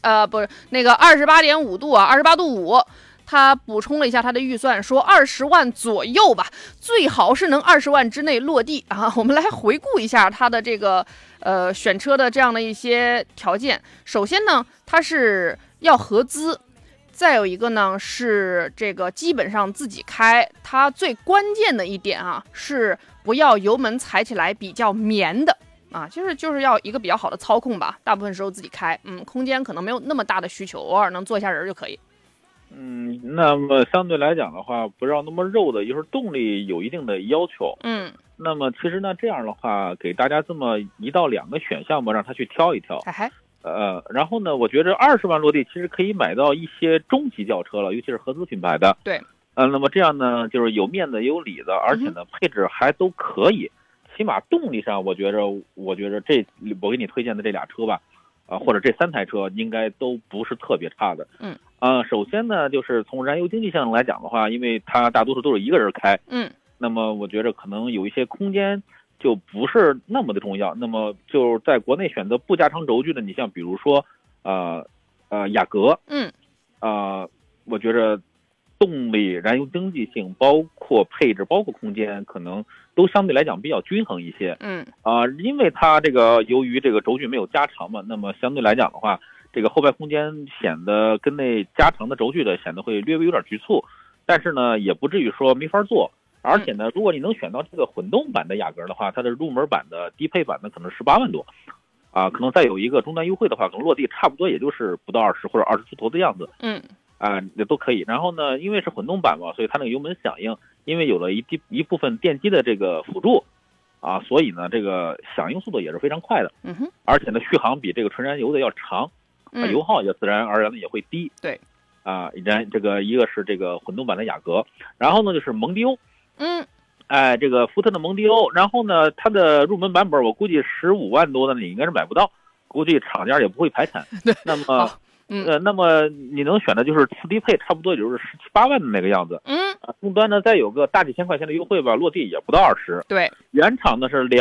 28.5度28度5，他补充了一下他的预算，说20万左右吧，最好是能20万之内落地我们来回顾一下他的这个选车的这样的一些条件。首先呢，他是要合资，再有一个呢是这个基本上自己开。他最关键的一点是不要油门踩起来比较绵的就是要一个比较好的操控吧，大部分时候自己开空间可能没有那么大的需求，偶尔能坐一下人就可以。 那么相对来讲的话，不要那么肉的，就是动力有一定的要求。那么其实呢，这样的话给大家这么1到2个选项吧，让他去挑一挑。然后呢，我觉着20万落地其实可以买到一些中级轿车了，尤其是合资品牌的。 对。 那么这样呢，就是有面子也有里子，而且呢配置还都可以。起码动力上，我觉着我给你推荐的这俩车吧，或者这3台车应该都不是特别差的。首先呢，就是从燃油经济性来讲的话，因为它大多数都是一个人开，那么我觉着可能有一些空间就不是那么的重要。那么就在国内选择不加长轴距的，你像比如说雅阁，我觉着动力、燃油经济性，包括配置、包括空间，可能都相对来讲比较均衡一些。因为它这个由于这个轴距没有加长嘛，那么相对来讲的话，这个后排空间显得跟那加长的轴距的显得会略微有点局促，但是呢也不至于说没法坐。而且呢，如果你能选到这个混动版的雅阁的话，它的入门版的低配版的可能18万多可能再有一个终端优惠的话，可能落地差不多也就是不到20或者20出头的样子。也都可以。然后呢，因为是混动版嘛，所以它那个油门响应，因为有了一部分电机的这个辅助所以呢这个响应速度也是非常快的。而且呢续航比这个纯燃油的要长，油耗也自然而然的也会低。 对。 这个一个是这个混动版的雅阁，然后呢就是蒙迪欧。这个福特的蒙迪欧，然后呢它的入门版本我估计15万多的你应该是买不到，估计厂家也不会排产。那么那么你能选的就是次低配，差不多也就是17、18万的那个样子。终端呢再有个大几千块钱的优惠吧，落地也不到20。 对， 原厂的是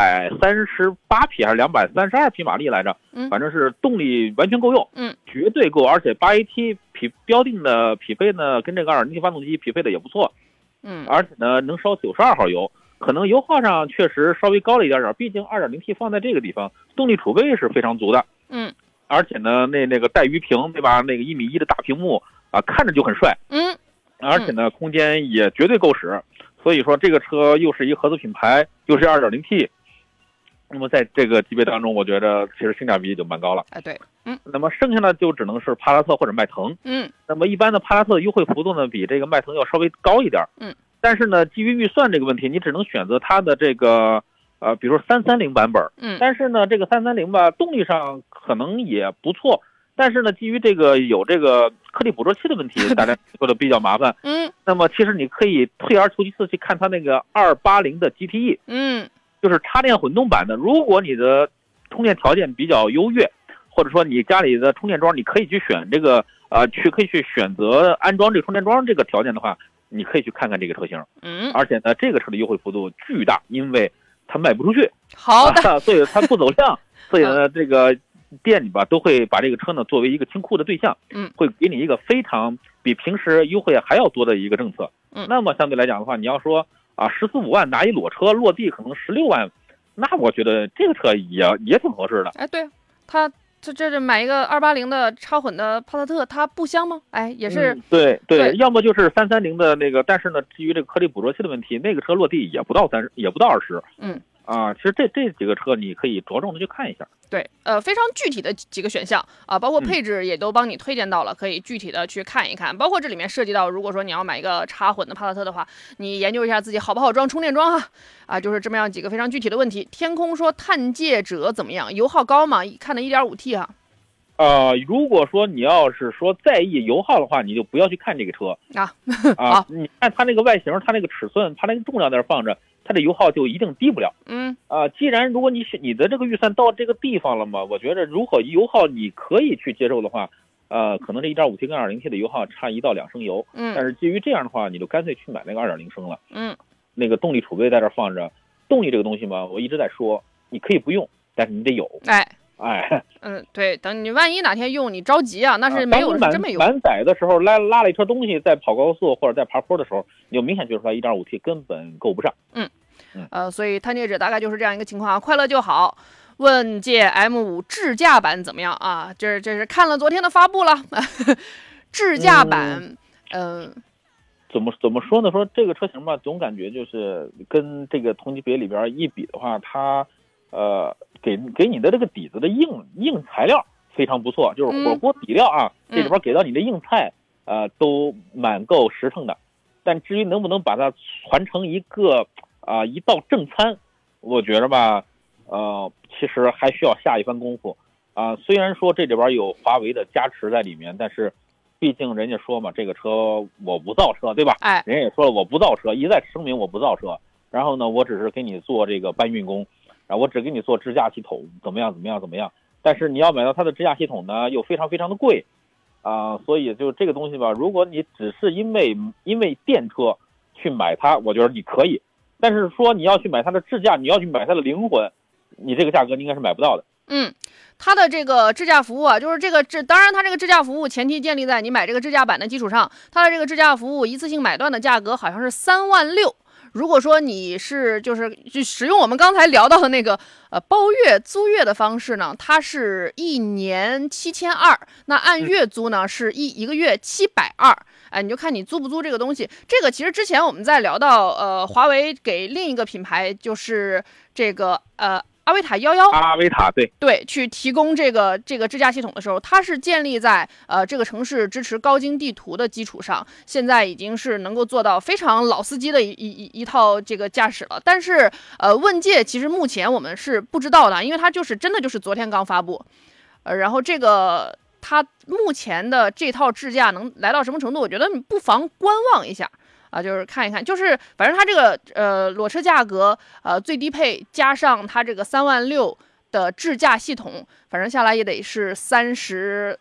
238匹还是232匹马力来着？反正是动力完全够用，绝对够，而且8AT标定的匹配呢，跟这个2.0T发动机匹配的也不错。 而且呢能烧92号油，可能油耗上确实稍微高了一点点，毕竟 2.0T 放在这个地方，动力储备是非常足的。而且呢那个带鱼屏，对吧？那个1.1米的大屏幕啊，看着就很帅。而且呢空间也绝对够使。所以说这个车又是一个合资品牌，又是 2.0T， 那么在这个级别当中，我觉得其实性价比就蛮高了。 对， 那么剩下的就只能是帕萨特或者迈腾。那么一般的帕萨特优惠幅度呢，比这个迈腾要稍微高一点。但是呢，基于预算这个问题，你只能选择它的这个比如说330版本。但是呢，这个330吧，动力上可能也不错。但是呢，基于这个有这个颗粒捕捉器的问题，大家说的比较麻烦。那么其实你可以退而求其次去看它那个280的 GTE。就是插电混动版的。如果你的充电条件比较优越，或者说你家里的充电桩，你可以去选这个可以去选择安装这个充电桩这个条件的话，你可以去看看这个车型。而且呢，这个车的优惠幅度巨大，因为它卖不出去。 好的， 所以它不走量，所以呢，这个店里吧都会把这个车呢作为一个清库的对象，会给你一个非常比平时优惠还要多的一个政策。那么相对来讲的话，你要说14、15万拿一裸车落地可能16万，那我觉得这个车也挺合适的。 对，这买一个280的插混的帕萨特，它不香吗？也是。 对，要么就是330的那个，但是呢，基于这个颗粒捕捉器的问题，那个车落地也不到20。其实这几个车你可以着重的去看一下。 对，非常具体的几个选项包括配置也都帮你推荐到了，可以具体的去看一看。包括这里面涉及到，如果说你要买一个插混的帕萨特的话，你研究一下自己好不好装充电桩就是这么样几个非常具体的问题。天空说探界者怎么样？油耗高吗？看的 1.5T 如果说你要是说在意油耗的话，你就不要去看这个车你看它那个外形，它那个尺寸，它那个重量在这放着，它的油耗就一定低不了。既然如果你的这个预算到这个地方了嘛，我觉得如果油耗你可以去接受的话，可能这 1.5T 跟 2.0T 的油耗差1到2升油。但是基于这样的话，你就干脆去买那个2.0升了。那个动力储备在这放着，动力这个东西嘛，我一直在说，你可以不用，但是你得有。 对，等你万一哪天用你着急那是没有真没有。 满载的时候拉了一车东西，在跑高速或者在爬坡的时候，你就明显觉出来 1.5T 根本够不上。 所以探界者大概就是这样一个情况快乐就好。问界 M5 智驾版怎么样这是看了昨天的发布了。智驾版怎么说呢？说这个车型吧，总感觉就是跟这个同级别里边一比的话，它给你的这个底子的硬材料非常不错，就是火锅底料这里边给到你的硬菜都蛮够实诚的。但至于能不能把它传成一道正餐，我觉得吧其实还需要下一番功夫虽然说这里边有华为的加持在里面，但是毕竟人家说嘛，这个车我不造车，对吧？人家也说了我不造车，一再声明我不造车，然后呢我只是给你做这个搬运工我只给你做支架系统怎么样，但是你要买到它的支架系统呢又非常非常的贵所以就这个东西吧，如果你只是因为电车去买它，我觉得你可以，但是说你要去买它的支架，你要去买它的灵魂，你这个价格应该是买不到的。 它的这个支架服务就是当然它这个支架服务前提建立在你买这个支架版的基础上，它的这个支架服务一次性买断的价格好像是3万6。如果说你是就是使用我们刚才聊到的那个包月租月的方式呢，它是1年7200，那按月租呢是一个月720。你就看你租不租这个东西。这个其实之前我们在聊到华为给另一个品牌就是这个阿维塔11， 阿维塔对，去提供这个支架系统的时候，它是建立在这个城市支持高精地图的基础上，现在已经是能够做到非常老司机的一套这个驾驶了。但是问界其实目前我们是不知道的，因为它真的就是昨天刚发布，然后这个它目前的这套智驾能来到什么程度，我觉得你不妨观望一下。就是看一看，就是反正它这个裸车价格最低配加上它这个3万6的智驾系统，反正下来也得是33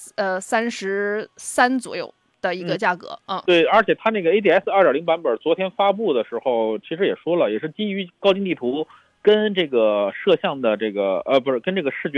左右的一个价格。 对，而且它那个 ADS 2.0 版本昨天发布的时候，其实也说了，也是基于高精地图跟这个摄像的这个不是跟这个视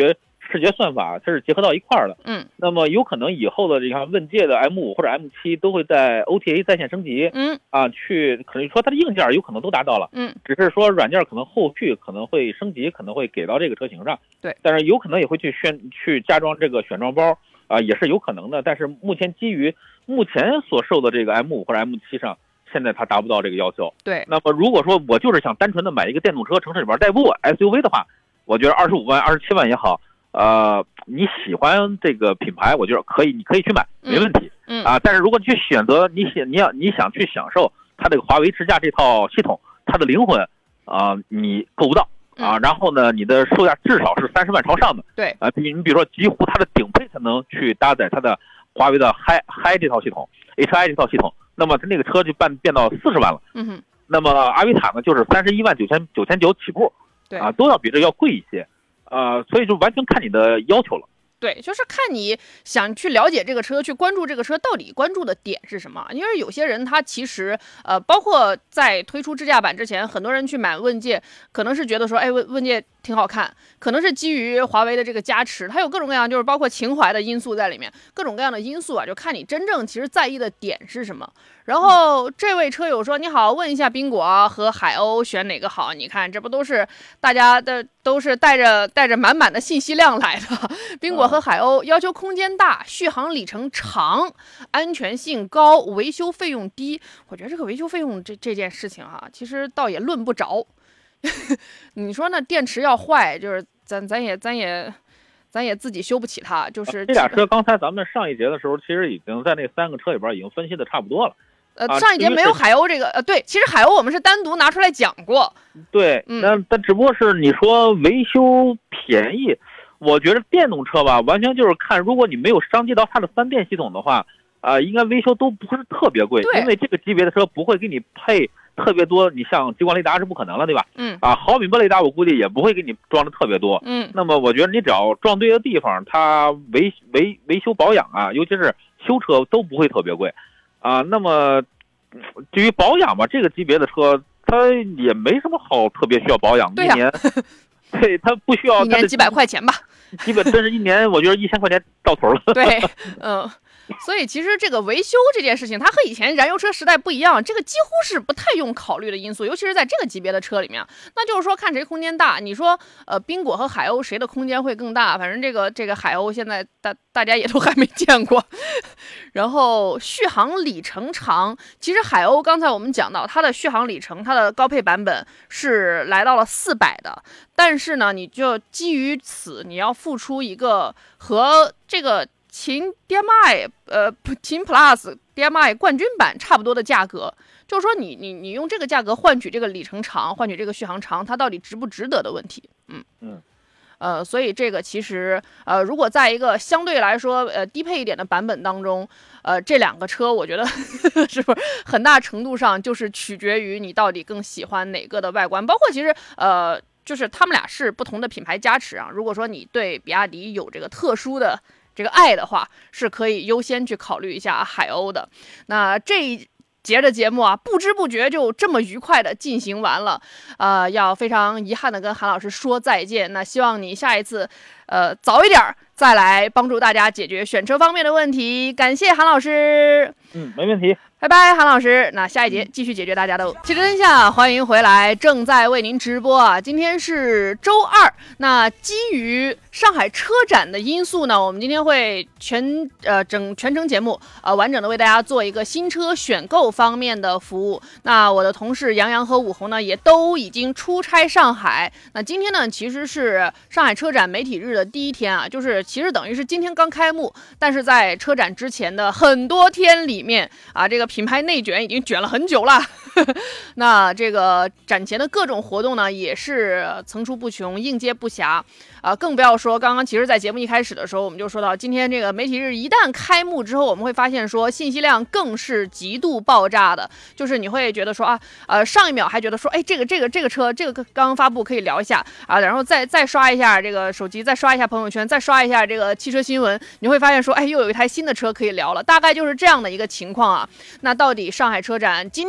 视觉算法它是结合到一块儿的。那么有可能以后的这个问界的 M5或者 M7都会在 OTA 在线升级。可能说它的硬件有可能都达到了。只是说软件可能后续可能会升级，可能会给到这个车型上。 对， 但是有可能也会去加装这个选装包也是有可能的。但是目前基于目前所售的这个 M5或者 M7上，现在它达不到这个要求。 对， 那么如果说我就是想单纯的买一个电动车，城市里边代步 SUV 的话，我觉得25万、27万也好，你喜欢这个品牌，我觉得可以，你可以去买，没问题。但是如果你去选择，你想去享受它这个华为智驾这套系统，它的灵魂你够不到然后呢，你的售价至少是30万朝上的。 对你比如说极狐它的顶配才能去搭载它的华为的 Hi 这套系统 HI 这套系统，那么它那个车就变到40万了。那么阿维塔呢，就是31万9,900起步。对都要比这要贵一些。所以就完全看你的要求了。 对，就是看你想去了解这个车，去关注这个车到底关注的点是什么。因为有些人他其实包括在推出智驾版之前，很多人去买问界，可能是觉得说，哎，问界挺好看，可能是基于华为的这个加持，它有各种各样，就是包括情怀的因素在里面，各种各样的因素就看你真正其实在意的点是什么。然后这位车友说：“你好，问一下宾果和海鸥选哪个好？你看，这不都是大家的都是带着满满的信息量来的。宾果和海鸥要求空间大、续航里程长、安全性高、维修费用低。我觉得这个维修费用这件事情其实倒也论不着。你说那电池要坏，就是咱也自己修不起它。就是这俩车，刚才咱们上一节的时候，其实已经在那3个车里边已经分析的差不多了。” 上一节没有海鸥这个对，其实海鸥我们是单独拿出来讲过。对， 但只不过是你说维修便宜，我觉得电动车吧，完全就是看，如果你没有升级到它的3电系统的话，应该维修都不是特别贵，因为这个级别的车不会给你配特别多，你像激光雷达是不可能了，对吧？毫米波雷达我估计也不会给你装的特别多。那么我觉得你只要装对的地方，它维修保养尤其是修车都不会特别贵。那么至于保养嘛，这个级别的车它也没什么好特别需要保养，一年，对，它不需要， 一年几百块钱吧， 基本真是一年，我觉得1000块钱到头了。 对，所以其实这个维修这件事情，它和以前燃油车时代不一样，这个几乎是不太用考虑的因素，尤其是在这个级别的车里面。那就是说看谁空间大。你说宾果和海鸥谁的空间会更大？反正这个海鸥现在大家也都还没见过。然后续航里程长，其实海鸥刚才我们讲到它的续航里程，它的高配版本是来到了400的，但是呢，你就基于此，你要付出一个和这个秦 DMI 秦 Plus DMI 冠军版差不多的价格，就是说你用这个价格换取这个里程长，换取这个续航长，它到底值不值得的问题。所以这个其实如果在一个相对来说低配一点的版本当中，这两个车我觉得是不是很大程度上就是取决于你到底更喜欢哪个的外观，包括其实就是他们俩是不同的品牌加持啊。如果说你对比亚迪有这个特殊的这个爱的话，是可以优先去考虑一下海鸥的。那这一节的节目不知不觉就这么愉快的进行完了，要非常遗憾的跟韩老师说再见。那希望你下一次早一点再来帮助大家解决选车方面的问题。感谢韩老师。 没问题。 拜拜，韩老师。那下一节继续解决大家的汽车天下，欢迎回来，正在为您直播今天是周2。那基于上海车展的因素呢，我们今天会全程节目完整的为大家做一个新车选购方面的服务。那我的同事杨洋和武红呢，也都已经出差上海。那今天呢，其实是上海车展媒体日的第一天就是其实等于是今天刚开幕，但是在车展之前的很多天里面这个品牌内卷已经卷了很久了。那这个展前的各种活动呢，也是层出不穷，应接不暇。更不要说刚刚其实在节目一开始的时候我们就说到，今天这个媒体日一旦开幕之后，我们会发现说信息量更是极度爆炸的。就是你会觉得说上一秒还觉得说这个车这个刚刚发布可以聊一下然后再刷一下这个手机，再刷一下朋友圈，再刷一下这个汽车新闻，你会发现说又有一台新的车可以聊了，大概就是这样的一个情况那到底上海车展今天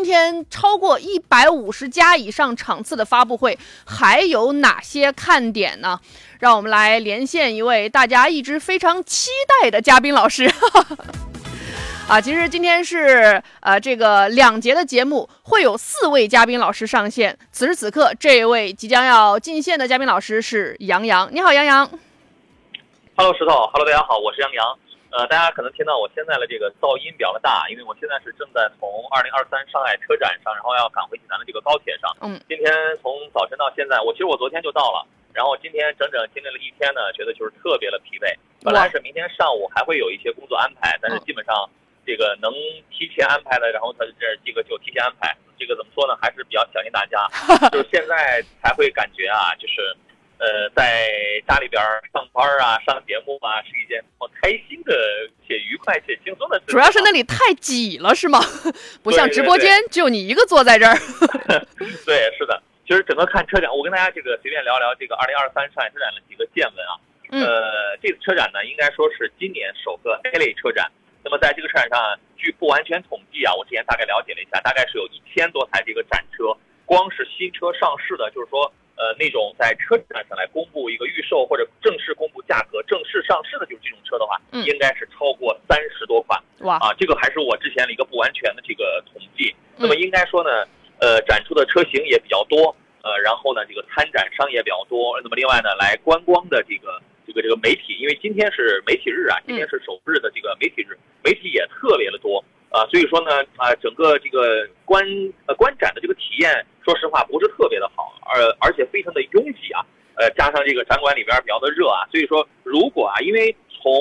超过150家以上场次的发布会，还有哪些看点呢？让我们来连线一位大家一直非常期待的嘉宾老师。其实今天是这个2节的节目，会有4位嘉宾老师上线。此时此刻，这一位即将要进线的嘉宾老师是杨洋。你好，杨洋。 Hello， 石头 ，Hello， 大家好，我是杨洋。大家可能听到我现在的这个噪音比较大，因为我现在是正在从2023上海车展上，然后要赶回济南的这个高铁上。今天从早晨到现在，其实我昨天就到了，然后今天整整经历了1天呢，觉得就是特别的疲惫。本来是明天上午还会有一些工作安排，但是基本上这个能提前安排的，然后他这个就提前安排。这个怎么说呢？还是比较相信大家，就是现在才会感觉就是在家里边上班上节目是一件开心的且愉快且轻松的事情。 主要是那里太挤了，是吗？不像直播间只有你一个坐在这儿。 对，是的。其实整个看车展，我跟大家这个随便聊聊这个2023上海车展的几个见闻啊。这次车展呢，应该说是今年首个 A 类车展。那么在这个车展上，据不完全统计我之前大概了解了一下，大概是有1000多台这个展车，光是新车上市的，就是说那种在车展上来公布一个预售或者正式公布价格、正式上市的就是这种车的话，应该是超过30多款。哇！这个还是我之前的一个不完全的这个统计。那么应该说呢，展出的车型也比较多，然后呢，这个参展商也比较多。那么另外呢，来观光的这个媒体，因为今天是媒体日今天是首日的这个媒体日，媒体也特别的多所以说呢整个这个观展的这个体验，说实话不是特别的好，而且非常的拥挤加上这个展馆里边比较的热所以说如果因为从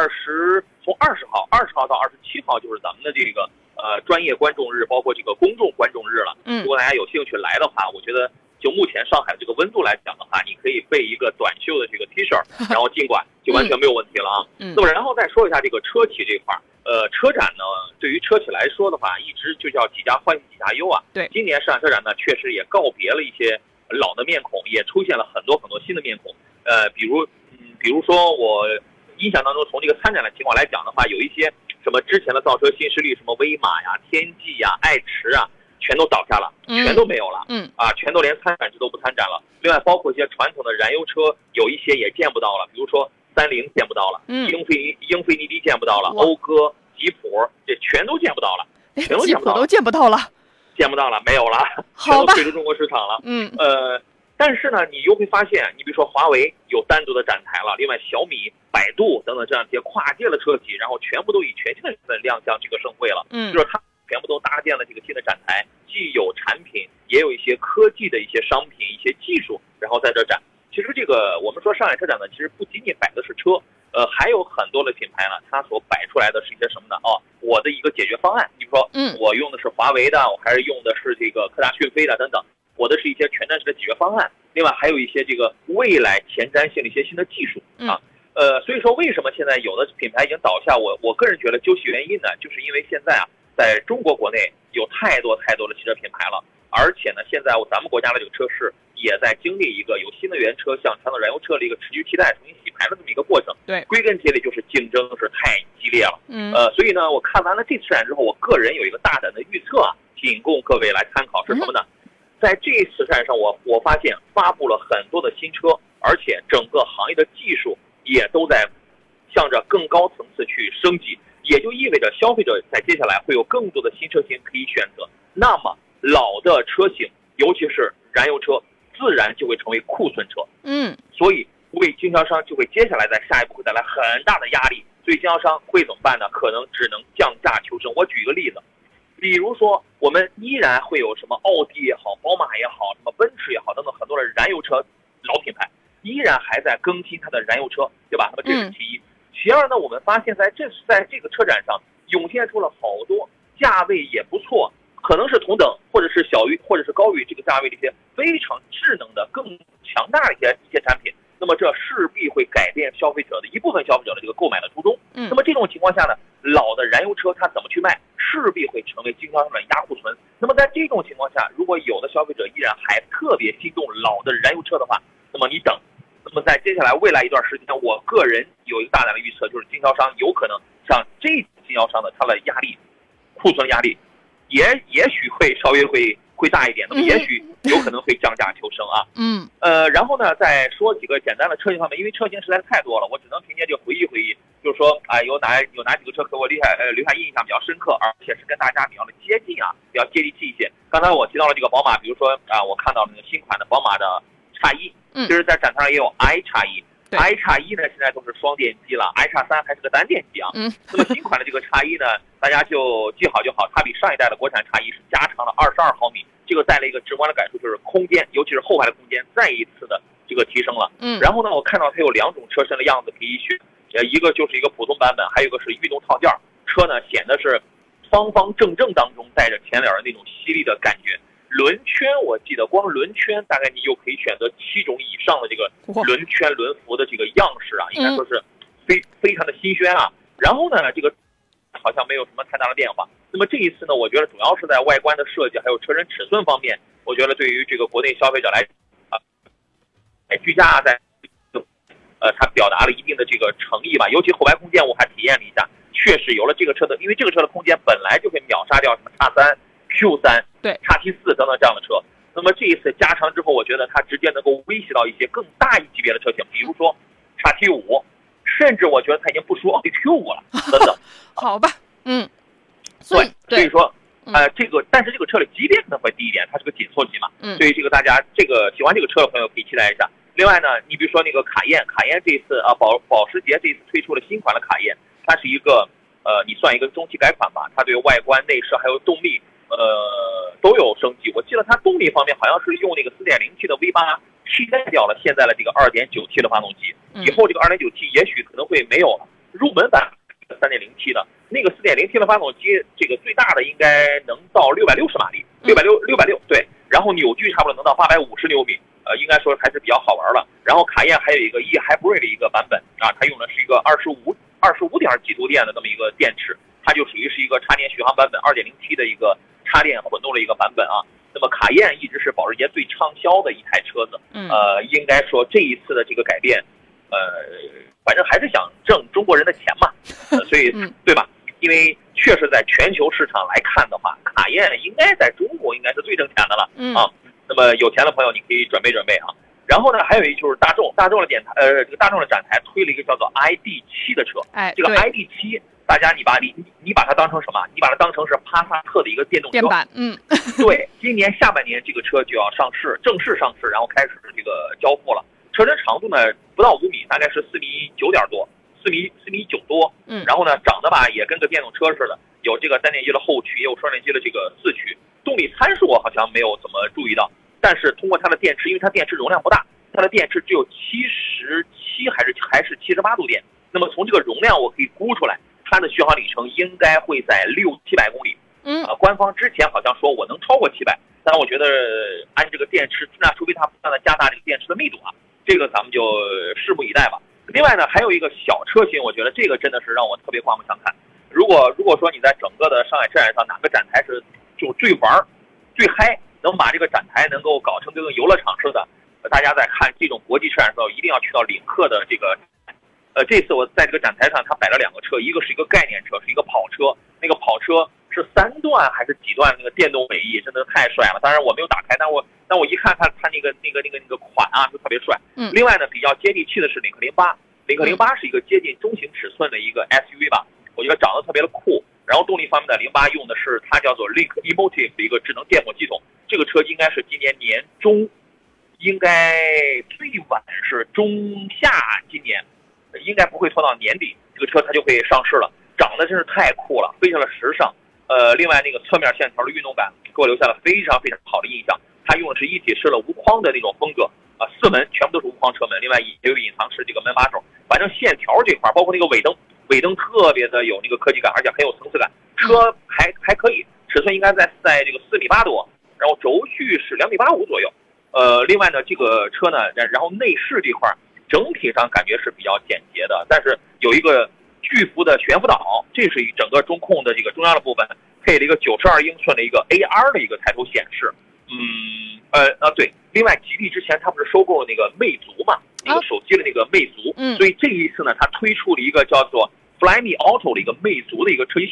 20号到27号就是咱们的这个专业观众日，包括这个公众观众日了。如果大家有兴趣来的话，我觉得就目前上海这个温度来讲的话，你可以备一个短袖的这个 T 恤，然后进馆就完全没有问题了那么然后再说一下这个车企这块车展呢，对于车企来说的话，一直就叫几家欢喜几家忧对，今年上海车展呢，确实也告别了一些老的面孔，也出现了很多新的面孔。比如说我印象当中，从这个参展的情况来讲的话，有一些什么之前的造车新势力，什么威马天际爱驰全都倒下了，全都没有了，全都连参展都不参展了。另外，包括一些传统的燃油车，有一些也见不到了，比如说30见不到了，英菲尼迪见不到了，讴歌、吉普这全都见不到了，全都见不到了， 都见不到了， 没有了，全都退出中国市场了。但是呢，你又会发现，你比如说华为有单独的展台了，另外小米、百度等等这样一些跨界的车企，然后全部都以全新的身份亮相这个盛会了，就是它全部都搭建了这个新的展台，既有产品，也有一些科技的一些商品、一些技术，然后在这展。其实这个我们说上海车展呢，其实不仅仅摆的是车，还有很多的品牌呢，它所摆出来的是一些什么呢？我的一个解决方案，比如说，我用的是华为的，我还是用的是这个科大讯飞的等等，我的是一些全站式的解决方案。另外还有一些这个未来前瞻性的一些新的技术所以说为什么现在有的品牌已经倒下？我个人觉得究其原因呢，就是因为现在在中国国内有太多的汽车品牌了，而且呢，现在咱们国家的这个车市也在经历一个由新能源车向传统燃油车的一个持续替代、重新洗牌的这么一个过程。对，归根结底就是竞争是太激烈了。所以呢，我看完了这次展之后，我个人有一个大胆的预测仅供各位来参考，是什么呢？在这次展上，我发现发布了很多的新车，而且整个行业的技术也都在向着更高层次去升级，也就意味着消费者在接下来会有更多的新车型可以选择。那么老的车型，尤其是燃油车，自然就会成为库存车。所以为经销商就会接下来在下一步会带来很大的压力。所以经销商会怎么办呢？可能只能降价求生。我举一个例子，比如说我们依然会有什么奥迪也好，宝马也好，什么奔驰也好等等很多的燃油车老品牌依然还在更新它的燃油车，对吧？那么这是其一。其二呢，我们发现在这个车展上涌现出了好多价位也不错，可能是同等或者是小于或者是高于这个价位的一些非常智能的更强大的一些产品。那么这势必会改变一部分消费者的这个购买的初衷。那么这种情况下呢，老的燃油车它怎么去卖，势必会成为经销商的压库存。那么在这种情况下，如果有的消费者依然还特别心动老的燃油车的话，那么你等。那么在接下来未来一段时间，我个人有一个大胆的预测，就是经销商有可能像这经销商的它的压力，库存压力也许会稍微会大一点，那么也许有可能会降价求生啊。然后呢，再说几个简单的车型方面，因为车型实在是太多了，我只能凭借这个回忆，就是说有哪几个车给我留下印象比较深刻，而且是跟大家比较的接近啊，比较接地气一些。刚才我提到了这个宝马，比如说我看到了那个新款的宝马的X1，其实在展台上也有 iX1。iX1 呢，现在都是双电机了，iX3还是个单电机啊。那么新款的这个X1呢，大家就记好就好，它比上一代的国产X1是加长了22毫米，这个带来一个直观的感受，就是空间，尤其是后排的空间再一次的这个提升了。然后呢，我看到它有2种车身的样子可以选，一个就是一个普通版本，还有一个是运动套件。车呢显得是方方正正当中带着前脸的那种犀利的感觉。轮圈我记得光轮圈大概你就可以选择7种以上的这个轮圈轮辐的这个样式啊，应该说是非常的新鲜啊。然后呢，这个好像没有什么太大的变化。那么这一次呢，我觉得主要是在外观的设计还有车身尺寸方面，我觉得对于这个国内消费者来居家在它表达了一定的这个诚意吧。尤其后排空间我还体验了一下，确实有了这个车的，因为这个车的空间本来就会秒杀掉什么X3、Q3、XT4等等这样的车。那么这一次加长之后，我觉得它直接能够威胁到一些更大一级别的车型，比如说XT5，甚至我觉得它已经不输奥迪 Q5 了等等。 好吧， 所以说这个但是这个车的级别可能会低一点，它是个紧凑级嘛。所以这个大家这个喜欢这个车的朋友可以期待一下。另外呢，你比如说那个卡宴这次保时捷这次推出了新款的卡宴，它是一个你算一个中期改款吧，它对外观内饰还有动力都有升级。我记得它动力方面好像是用那个 4.0T 的 V8 替代掉了现在的这个 2.9T 的发动机，以后这个 2.9T 也许可能会没有了，入门版 3.0T 的那个 4.0T 的发动机，这个最大的应该能到660马力，660对，然后扭矩差不多能到850牛米，应该说还是比较好玩了。然后卡宴还有一个 eHybrid 的一个版本啊，它用的是一个25点几度电的这么一个电池，它就属于是一个插电续航版本 2.0T 的一个插电混动的一个版本啊。那么卡宴一直是保时捷最畅销的一台车子，应该说这一次的这个改变，反正还是想挣中国人的钱嘛，所以对吧？因为确实在全球市场来看的话，卡宴应该在中国应该是最挣钱的了啊。那么有钱的朋友你可以准备准备啊。然后呢，还有一就是大众的大众的展台推了一个叫做 ID.7 的车，这个 ID.7。大家你把它当成什么？你把它当成是帕萨特的一个电动车。对，今年下半年这个车就要上市，正式上市，然后开始这个交付了。车身长度呢不到5米，大概是4米9点多，4米9多。然后呢长得吧也跟个电动车似的，有这个3.1的后驱，也有双电机的这个4驱。动力参数我好像没有怎么注意到，但是通过它的电池，因为它电池容量不大，它的电池只有77还是78度电。那么从这个容量我可以估出来，它的续航里程应该会在600-700公里。官方之前好像说我能超过700，但我觉得按这个电池，那除非它不断的加大这个电池的密度啊，这个咱们就拭目以待吧。另外呢，还有一个小车型，我觉得这个真的是让我特别刮目相看。如果说你在整个的上海车展上哪个展台是就最玩最嗨，能把这个展台能够搞成这个游乐场似的，大家在看这种国际车展的时候，一定要去到领克的这个。这次我在这个展台上，它摆了2个车，一个是一个概念车，是一个跑车，那个跑车是3段还是几段那个电动尾翼，真的太帅了。当然我没有打开，但我一看它那个款啊，就特别帅。另外呢，比较接地气的是领克08，领克08是一个接近中型尺寸的一个 SUV 吧，我觉得长得特别的酷。然后动力方面的08用的是它叫做 Link Emotive 的一个智能电混系统，这个车应该是今年年中，应该最晚是中下今年。应该不会拖到年底，这个车它就会上市了，长得真是太酷了，非常的时尚。另外那个侧面线条的运动感给我留下了非常非常好的印象。它用的是一体式的无框的那种风格，4门全部都是无框车门，另外也有隐藏式这个门把手。反正线条这块，包括那个尾灯特别的有那个科技感，而且很有层次感。车还可以，尺寸应该在这个4米8多，然后轴距是2米85左右。另外呢，这个车呢，然后内饰这块。整体上感觉是比较简洁的，但是有一个巨幅的悬浮岛，这是整个中控的这个中央的部分，配了一个92英寸的一个 AR 的一个抬头显示。对，另外吉利之前它不是收购了那个魅族嘛，那个手机的那个魅族，所以这一次呢，它推出了一个叫做 Flyme Auto 的一个魅族的一个车机系统。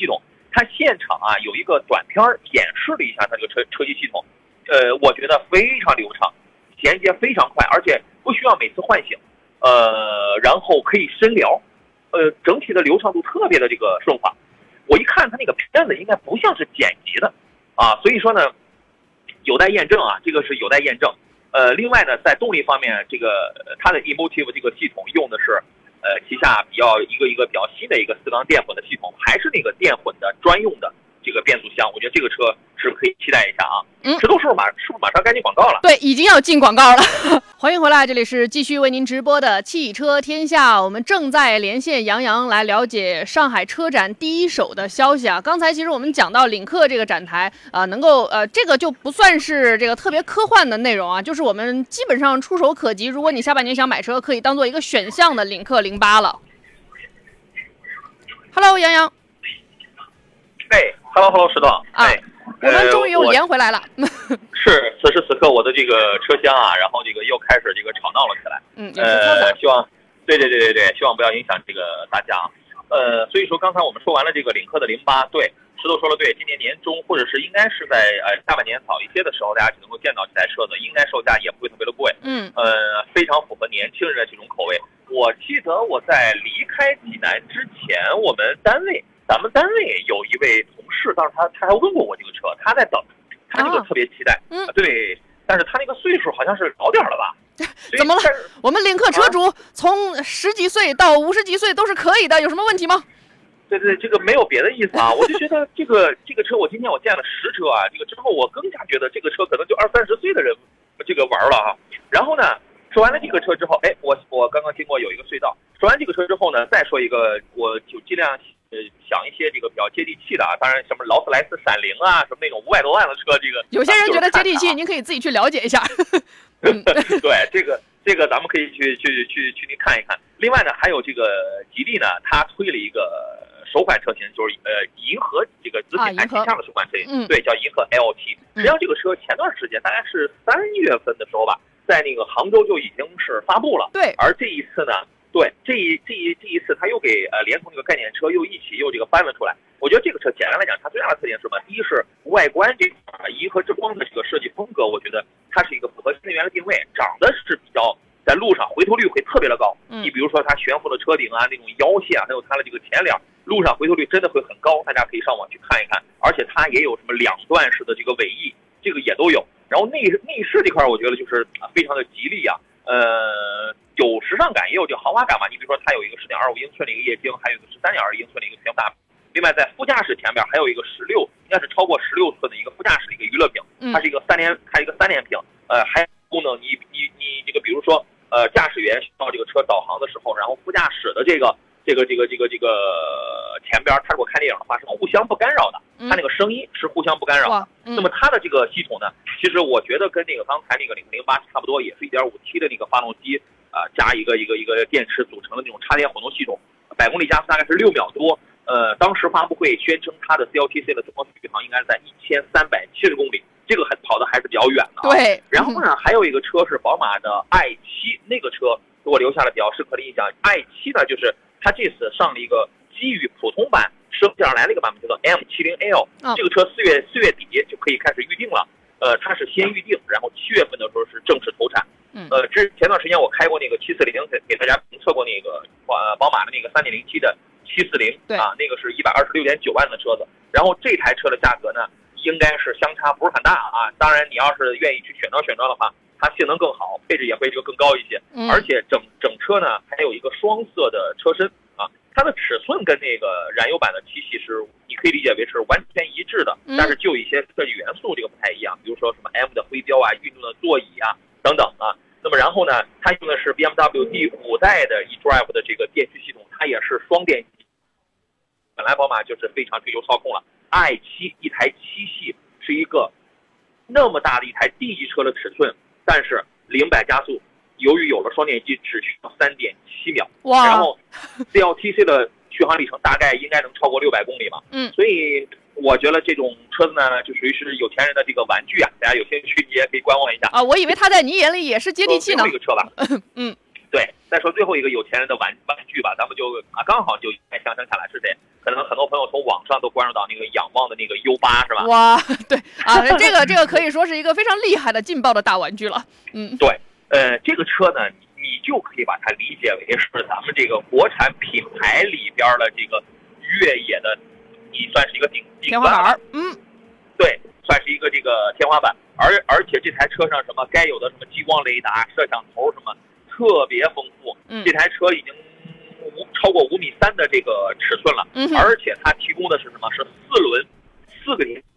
它现场啊有一个短片演示了一下它这个车机系统，我觉得非常流畅，衔接非常快，而且不需要每次唤醒，然后可以深聊，整体的流畅度特别的这个顺滑。我一看它那个片子应该不像是剪辑的啊，所以说呢有待验证啊，这个是有待验证。另外呢，在动力方面，这个它的 Emotive 这个系统用的是旗下一个比较新的一个4缸电混的系统，还是那个电混的专用的这个变速箱，我觉得这个车是不是可以期待一下啊？石头是不是马上该进广告了？ 对，已经要进广告了。欢迎回来，这里是继续为您直播的汽车天下，我们正在连线杨洋来了解上海车展第一手的消息啊。刚才其实我们讲到领克这个展台能够这个就不算是这个特别科幻的内容啊，就是我们基本上触手可及，如果你下半年想买车，可以当做一个选项的领克08了。Hello， 杨洋。 哎 ，Hello， 石头。哎， 我们终于又连回来了。 是，此时此刻我的这个车厢啊，然后这个又开始这个吵闹了起来。希望，对，希望不要影响这个大家啊。所以说刚才我们说完了这个领克的08，对，石头说了对，今年年中或者是应该是在下半年早一些的时候，大家就能够见到这台车子，应该售价也不会特别的贵。非常符合年轻人的这种口味。我记得我在离开济南之前，咱们单位有一位同事，当时他还问过我这个车，他在等，他这个特别期待。对，但是他那个岁数好像是老点了吧？ 怎么了？我们领克车主从10几岁到50几岁都是可以的，有什么问题吗？ 对，这个没有别的意思啊，我就觉得这个车，我今天我见了实车啊，这个之后我更加觉得这个车可能就20-30岁的人这个玩了啊。然后呢，说完了这个车之后，哎，我刚刚经过有一个隧道，说完这个车之后呢，再说一个，我就尽量想一些这个比较接地气的啊，当然什么劳斯莱斯闪灵啊，什么那种500多万的车，这个有些人觉得接地气，您可以自己去了解一下。 对，这个咱们可以去看一看。另外呢，还有这个吉利呢，它推了一个首款车型，就是银河这个子品牌旗下的首款车型，对，叫银河 LT。实际上这个车前段时间大概是3月份的时候吧，在那个杭州就已经是发布了。 对， 而这一次呢，对这一次，它又给联通这个概念车又这个翻了出来。我觉得这个车简单来讲，它最大的特点是什么？第一是外观这块银河之光的这个设计风格，我觉得它是一个符合新能源的定位，长得是比较在路上回头率会特别的高。你比如说它悬浮的车顶啊，那种腰线，还有它的这个前脸，路上回头率真的会很高，大家可以上网去看一看。而且它也有什么2段式的这个尾翼，这个也都有。然后内饰这块，我觉得就是非常的吉利啊。有时尚感，也有这个豪华感嘛。你比如说，它有一个10.25英寸的一个液晶，还有一个13.2英寸的一个全幅大屏。另外，在副驾驶前面还有一个应该是超过16寸的一个副驾驶的一个娱乐屏，它是一个3连屏。还有功能，你这个比如说，驾驶员需要这个车导航的时候，然后副驾驶的这个前边，他如果看电影的话是互相不干扰的，它那个声音是互相不干扰的。那么它的这个系统呢，其实我觉得跟那个刚才那个领克08差不多，也是 1.5T 的那个发动机，加一个电池组成的那种插电混动系统，100公里加速大概是6秒多。当时发布会宣称它的 CLTC 的总高速续航应该是在1370公里，这个跑的还是比较远的。 对。 然后呢，还有一个车是宝马的 i7，那个车给我留下了比较深刻的印象。i7 呢，就是它这次上了一个基于普通版升级上来了一个版本，叫做 M70L。这个车4月底就可以开始预定了。它是先预定，然后7月份的时候是正式投产。前段时间我开过那个740，给大家评测过那个宝马的那个3.0T 的740啊，那个是126.9万的车子。然后这台车的价格呢，应该是相差不是很大啊。当然，你要是愿意去选装的话，它性能更好，配置也会这个更高一些。而且整车呢还有一个双色的车身啊，它的尺寸跟那个燃油版的7系是你可以理解为是完全一致的，但是就有一些设计元素这个不太一样，比如说什么 M 的徽标啊、运动的座椅啊等等啊。那么然后呢，它用的是 BMW第5代的 eDrive 的这个电驱系统，它也是双电机。本来宝马就是非常追求操控了 ，i7 一台7系是一个那么大的一台 D 级车的尺寸，但是0-100加速，由于有了双电机，只需要3.7秒。 哇！ 然后 CLTC 的续航里程大概应该能超过600公里嘛。所以我觉得这种车子呢，就属于是有钱人的这个玩具啊，大家有兴趣你也可以观望一下啊。我以为它在你眼里也是接地气呢。 最后一个车吧。对，再说最后一个有钱人的玩具吧，咱们就刚好就相生下来是谁？ 可能很多朋友从网上都关注到那个仰望的那个 U8是吧？ 哇，对啊，这个可以说是一个非常厉害的劲爆的大玩具了。 对，这个车呢，你就可以把它理解为是咱们这个国产品牌里边的这个越野的，你算是一个顶天花板。 对，算是一个这个天花板。而且这台车上什么该有的什么激光雷达、摄像头什么特别丰富。这台车已经超过5.3米的这个尺寸了，而且它提供的是什么？是4轮，4个点。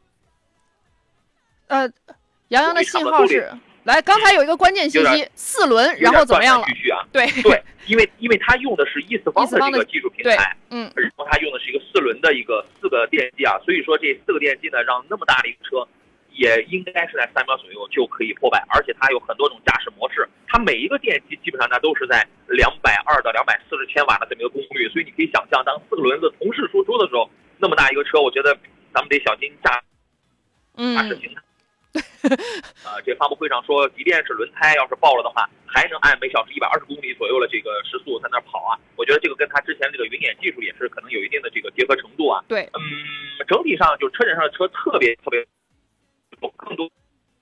杨洋的信号是来，刚才有一个关键信息，4轮，然后怎么样了？对， 因为它用的是易四方的这个技术平台，然后它用的是一个4轮的一个4个电机啊，所以说这4个电机呢，让那么大的一个车也应该是在3秒左右就可以破百，而且它有很多种驾驶模式，它每一个电机基本上呢都是在220到240千瓦的这么一个功率，所以你可以想象，当4个轮子同时输出的时候，那么大一个车，我觉得咱们得小心驾驶形态。这发布会上说，即便是轮胎要是爆了的话，还能按每小时120公里左右的这个时速在那跑啊。我觉得这个跟它之前这个云辇技术也是可能有一定的这个结合程度啊。 对， 整体上就车展上的车特别更多。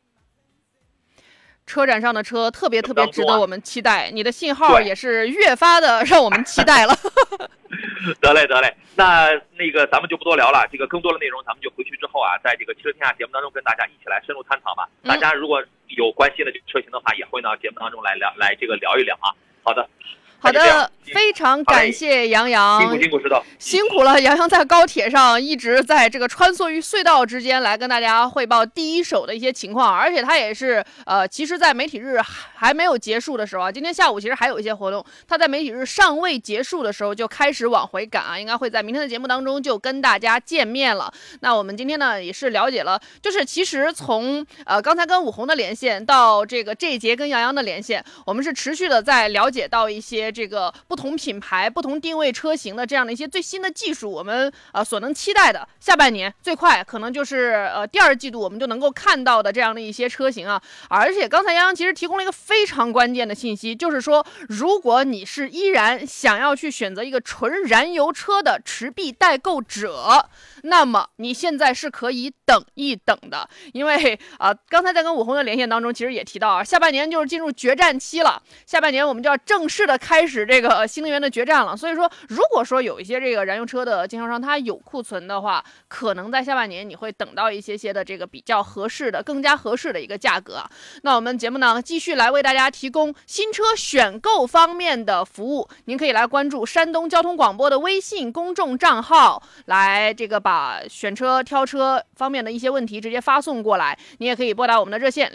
车展上的车特别值得我们期待，你的信号也是越发的让我们期待了。 得嘞，那个咱们就不多聊了，这个更多的内容咱们就回去之后啊，在这个汽车天下节目当中跟大家一起来深入探讨吧。大家如果有关心的车型的话，也会到节目当中来聊一聊啊。好的， 非常感谢杨洋， 辛苦石头， 辛苦了。杨洋在高铁上一直在这个穿梭于隧道之间来跟大家汇报第一手的一些情况，而且他也是其实在媒体日还没有结束的时候啊，今天下午其实还有一些活动，他在媒体日尚未结束的时候就开始往回赶啊，应该会在明天的节目当中就跟大家见面了。那我们今天呢也是了解了，就是其实从刚才跟武红的连线到这一节跟杨洋的连线，我们是持续的在了解到一些这个不同品牌、不同定位车型的这样的一些最新的技术，我们所能期待的下半年最快可能就是第2季度我们就能够看到的这样的一些车型啊。而且刚才杨洋其实提供了一个非常关键的信息，就是说如果你是依然想要去选择一个纯燃油车的持币代购者，那么你现在是可以等一等的，因为刚才在跟武红的连线当中其实也提到啊，下半年就是进入决战期了，下半年我们就要正式的开始这个新能源的决战了。所以说如果说有一些这个燃油车的经销商它有库存的话，可能在下半年你会等到一些的这个比较合适的更加合适的一个价格啊。那我们节目呢继续来为大家提供新车选购方面的服务，您可以来关注山东交通广播的微信公众账号，来这个把选车挑车方面的一些问题直接发送过来。你也可以拨打我们的热线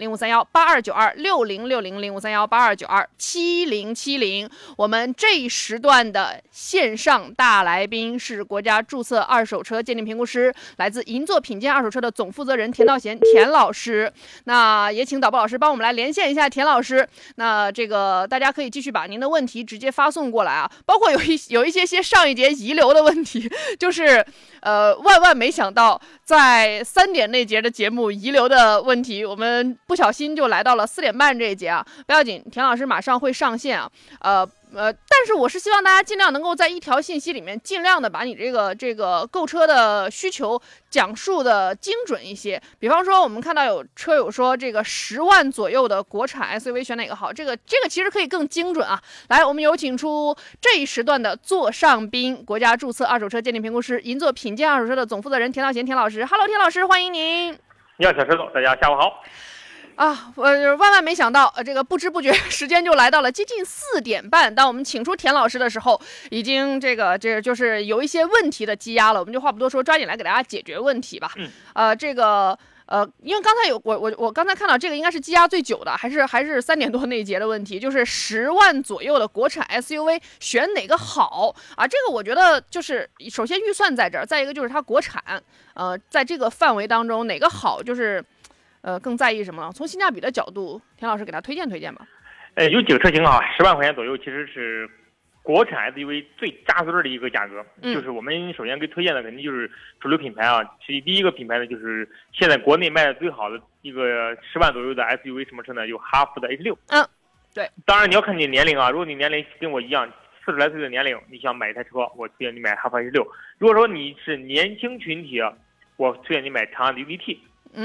0531-8292-6060，0531-8292-7070。我们这一时段的线上大来宾是国家注册二手车鉴定评估师，来自银座品鉴二手车的总负责人田道贤田老师。那也请导播老师帮我们来连线一下田老师。那这个大家可以继续把您的问题直接发送过来啊，包括有一些上一节遗留的问题，就是万没想到在3点那节的节目遗留的问题，我们不小心就来到了4点半这一节啊。不要紧，田老师马上会上线啊。但是我是希望大家尽量能够在一条信息里面尽量的把你这个购车的需求讲述的精准一些。比方说我们看到有车友说这个10万左右的国产 SUV 选哪个好，这个其实可以更精准啊。来，我们有请出这一时段的座上宾，国家注册二手车鉴定评估师、银座品鉴二手车的总负责人田道贤田老师。Hello， 田老师，欢迎您。 你好，小石头，大家下午好。 我万没想到，这个不知不觉时间就来到了接近4点半。当我们请出田老师的时候，已经这就是有一些问题的积压了，我们就话不多说，抓紧来给大家解决问题吧。因为刚才我刚才看到这个应该是积压最久的，还是3点多那一节的问题，就是10万左右的国产 SUV 选哪个好啊？这个我觉得就是首先预算在这儿，再一个就是它国产，在这个范围当中哪个好，就是更在意什么呢？从性价比的角度，田老师给他推荐吧。 有几个车型啊，10万块钱左右，其实是国产 SUV 最扎堆的一个价格。就是我们首先给推荐的肯定就是主流品牌啊。其实第一个品牌呢，就是现在国内卖的最好的一个10万左右的 SUV 什么车呢？有哈弗的H6。 对。 当然你要看你年龄啊，如果你年龄跟我一样 40来岁的年龄，你想买一台车，我推荐你买哈弗 H6。如果说你是年轻群体，我推荐你买长安的 UDT。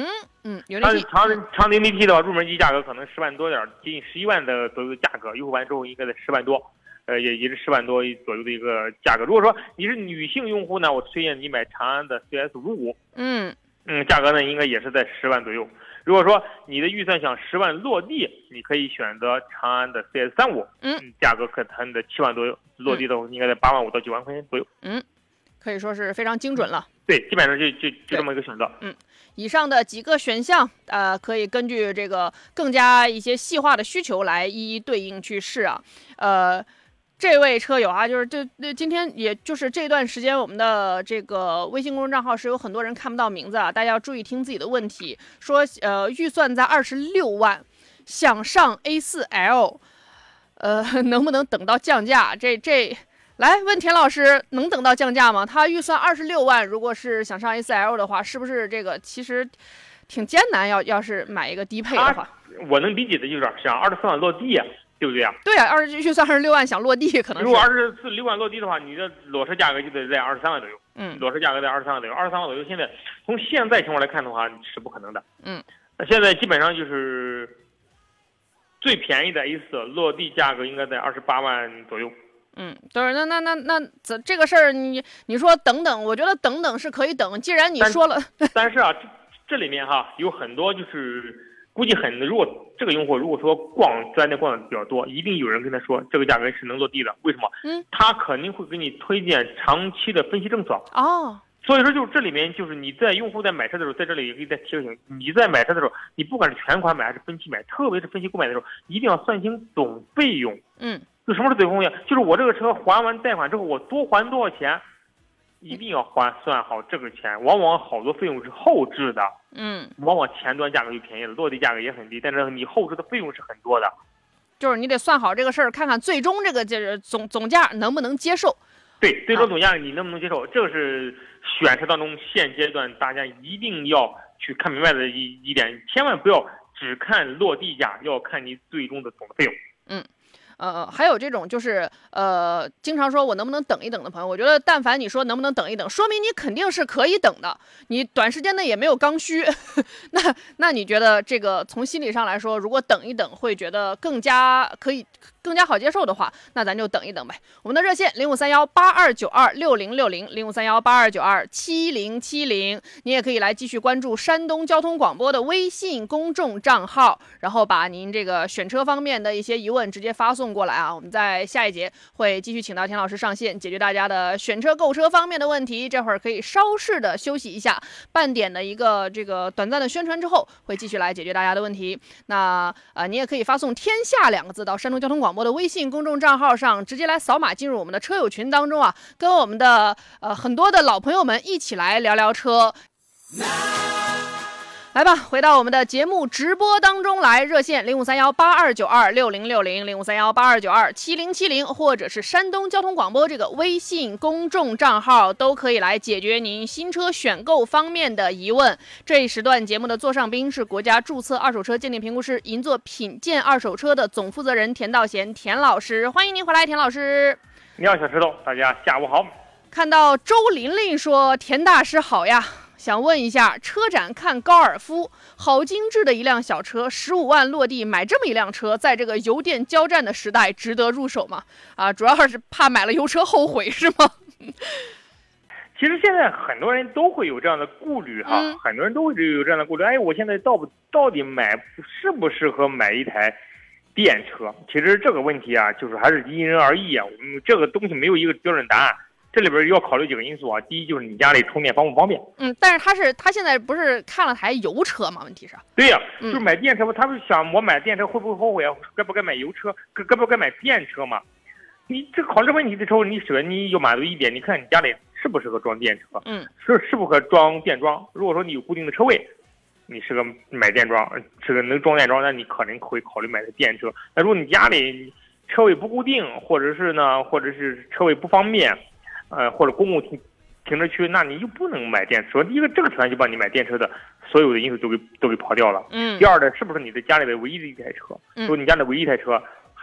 长安的 UDT 的话，入门级价格可能10万多点，接近11万的左右的价格，优惠完之后应该在10万多，也是10万多左右的一个价格。如果说你是女性用户呢，我推荐你买长安的 CS55。价格呢应该也是在10万左右。如果说你的预算想10万落地，你可以选择长安的 CS35。价格可谈的7万多，落地的应该在8万5到9万块钱左右。 可以说是非常精准了。 对，基本上就这么一个选择。 以上的几个选项，可以根据这个更加一些细化的需求来一一对应去试啊。这位车友啊，就是今天也就是这段时间，我们的这个微信公众账号是有很多人看不到名字啊，大家要注意听自己的问题。说预算在26万，想上 A4L，能不能等到降价？来问田老师，能等到降价吗？他预算26万，如果是想上 A4L 的话，是不是这个其实挺艰难？要是买一个低配的话， 我能理解的就是想24万落地啊，对不对啊？ 对啊，预算26万想落地，可能是如果26万落地的话，你的裸车价格就得在23万左右。裸车价格在23万左右，23万左右，现在从现在情况来看的话是不可能的。那现在基本上就是最便宜的 A4 落地价格应该在28万左右。 对，那这个事儿，你说等等，我觉得等等是可以等。既然你说了， 但是啊，这里面有很多就是估计如果这个用户如果说4S店逛的比较多，一定有人跟他说这个价格是能落地的。为什么？他肯定会给你推荐长期的分析政策。所以说就是这里面就是你在用户在买车的时候，在这里也可以再提个醒，你在买车的时候，你不管是全款买还是分期买，特别是分期购买的时候，一定要算清总费用。就什么是总费用？就是我这个车还完贷款之后，我多还多少钱，一定要算好这个钱。往往好多费用是后置的，往往前端价格就便宜了，落地价格也很低，但是你后置的费用是很多的。 就是你得算好这个事儿，看看最终这个就是总价能不能接受。 对，最终总价你能不能接受，这个是选车当中现阶段大家一定要去看明白的一点，千万不要只看落地价，要看你最终的总的费用。 还有这种就是经常说我能不能等一等的朋友，我觉得但凡你说能不能等一等，说明你肯定是可以等的，你短时间内也没有刚需。那你觉得这个从心理上来说，如果等一等会觉得更加好接受的话，那咱就等一等呗。我们的热线0531826060，053182927070，你也可以来继续关注山东交通广播的微信公众账号，然后把您这个选车方面的一些疑问直接发送过来啊。我们在下一节会继续请到田老师上线，解决大家的选车购车方面的问题。这会儿可以稍事的休息一下，半点的一个这个短暂的宣传之后，会继续来解决大家的问题。那你也可以发送天下2个字到山东交通广播的微信公众账号上，直接来扫码进入我们的车友群当中啊，跟我们的很多的老朋友们一起来聊聊车。来吧，回到我们的节目直播当中来，热线053182926060，053182927070，或者是山东交通广播这个微信公众账号，都可以来解决您新车选购方面的疑问。这一时段节目的座上宾是国家注册二手车鉴定评估师银座品鉴二手车的总负责人田道贤田老师，欢迎您回来，田老师。 你好，小石头，大家下午好。 看到周琳琳说田大师好呀，想问一下，车展看高尔夫，好精致的一辆小车，15万落地，买这么一辆车，在这个油电交战的时代，值得入手吗？主要是怕买了油车后悔是吗？ 其实现在很多人都会有这样的顾虑很多人都会有这样的顾虑。我现在到底适不适合买一台电车？其实这个问题就是还是因人而异这个东西没有一个标准答案。这里边要考虑几个因素第一就是你家里充电方不方便。 但是他现在不是看了台油车吗？问题是。 对呀，就是买电车他不是想我买电车会不会后悔该不该买油车？该不该买电车嘛？你这考虑问题的时候，你首先你要满足一点，你看你家里适不适合装电车？适不可装电桩？如果说你有固定的车位，你适合买电桩，这个能装电桩，那你可能会考虑买的电车。那如果你家里车位不固定，或者是车位不方便。或者公共停车区，那你就不能买电车。第一个，这个条件就把你买电车的所有的因素都给刨掉了。第二呢，是不是你的家里的唯一的一台车？如果你家里唯一一台车，还